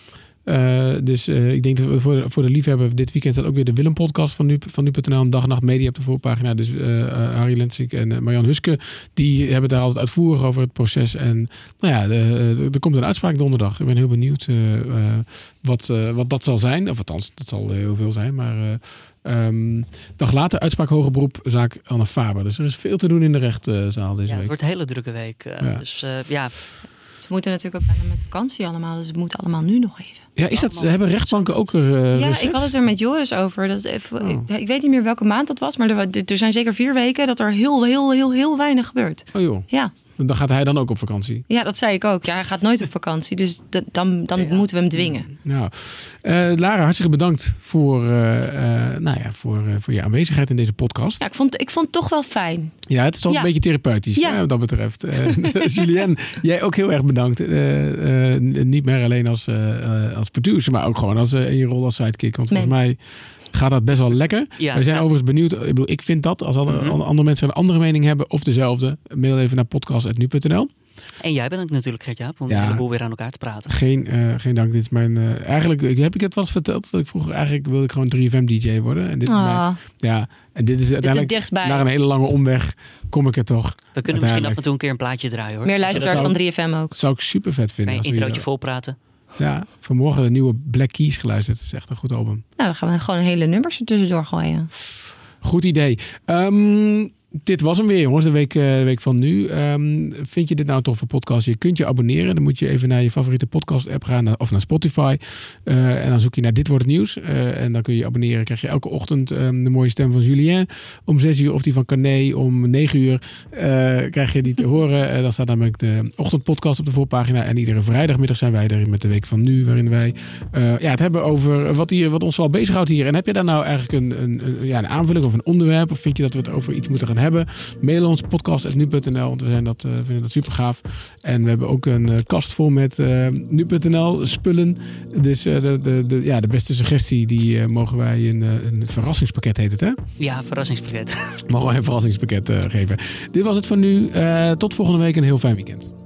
Uh, dus uh, ik denk dat voor, voor de liefhebber dit weekend staat ook weer de Willem podcast van nu van nu punt n l. Dag en nacht media op de voorpagina. Dus uh, uh, Harry Lensink en uh, Marjan Huske, die hebben daar altijd uitvoerig over het proces. En nou ja, de, de, er komt een uitspraak donderdag. Ik ben heel benieuwd uh, uh, wat, uh, wat dat zal zijn. Of althans, dat zal heel veel zijn. Maar uh, um, dag later uitspraak hoger beroep zaak Anne Faber. Dus er is veel te doen in de rechtszaal deze ja, week. Het wordt een hele drukke week. Uh, ja. Dus uh, ja... Ze moeten natuurlijk ook bijna met vakantie allemaal. Dus het moet allemaal nu nog even. Ja, is dat, hebben rechtbanken ook er uh, Ja, reces? ik had het er met Joris over. Dat even, oh. ik, ik weet niet meer welke maand dat was. Maar er, er zijn zeker vier weken dat er heel, heel, heel, heel weinig gebeurt. Oh joh. Ja. Dan gaat hij dan ook op vakantie? Ja, dat zei ik ook. Ja, hij gaat nooit op vakantie. Dus d- dan, dan ja. moeten we hem dwingen. Nou, uh, Lara, hartstikke bedankt voor, uh, uh, nou ja, voor, uh, voor je aanwezigheid in deze podcast. Ja, ik vond, ik vond het toch wel fijn. Ja, het is toch ja. een beetje therapeutisch, ja. hè, wat dat betreft. Uh, Julien, jij ook heel erg bedankt. Uh, uh, niet meer alleen als, uh, als producer, maar ook gewoon als, uh, in je rol als sidekick. Want volgens mij gaat dat best wel lekker. Ja, we zijn ja. overigens benieuwd. Ik bedoel, ik vind dat. Als andere, mm-hmm. andere mensen een andere mening hebben of dezelfde, mail even naar podcast punt nu punt n l. En jij bent natuurlijk, Gert-Jaap, om ja, de boel weer aan elkaar te praten. Geen, uh, geen dank. Dit is mijn. Uh, eigenlijk heb ik het wel eens verteld. Dat ik vroeger eigenlijk wilde ik gewoon drie F M D J worden. En dit is oh. mijn, ja, en dit is uiteindelijk dit is na een hele lange omweg kom ik er toch. We kunnen misschien af en toe een keer een plaatje draaien, hoor. Meer luisteraars van drie F M ook. Dat zou ik super vet vinden. Een introotje vol praten. Ja, vanmorgen de nieuwe Black Keys geluisterd. Dat is echt een goed album. Nou, dan gaan we gewoon hele nummers er tussendoor gooien. Goed idee. Um, dit was hem weer, jongens. De week, uh, de week van nu. Um, vind je dit nou een toffe podcast? Je kunt je abonneren. Dan moet je even naar je favoriete podcast app gaan. Of naar Spotify. Uh, en dan zoek je naar Dit Wordt Het Nieuws. Uh, en dan kun je je abonneren. Krijg je elke ochtend um, de mooie stem van Julien. Om zes uur. Of die van Carné om negen uur. Uh, krijg je die te horen. Uh, dan staat namelijk de ochtendpodcast op de voorpagina. En iedere vrijdagmiddag zijn wij er met de week van nu. Waarin wij uh, ja, het hebben over wat, hier, wat ons wel bezighoudt hier. En heb je daar nou eigenlijk een, een, een, ja, een aanvulling of een onderwerp? Of vind je dat we het over iets moeten gaan hebben? hebben. Mail ons podcast punt nu punt n l, want we zijn dat, uh, vinden dat super gaaf. En we hebben ook een uh, kast vol met uh, nu punt n l spullen. Dus uh, de, de, de, ja, de beste suggestie, die uh, mogen wij een, uh, een verrassingspakket, heet het hè? Ja, verrassingspakket. Mogen wij een verrassingspakket uh, geven. Dit was het voor nu. Uh, tot volgende week en een heel fijn weekend.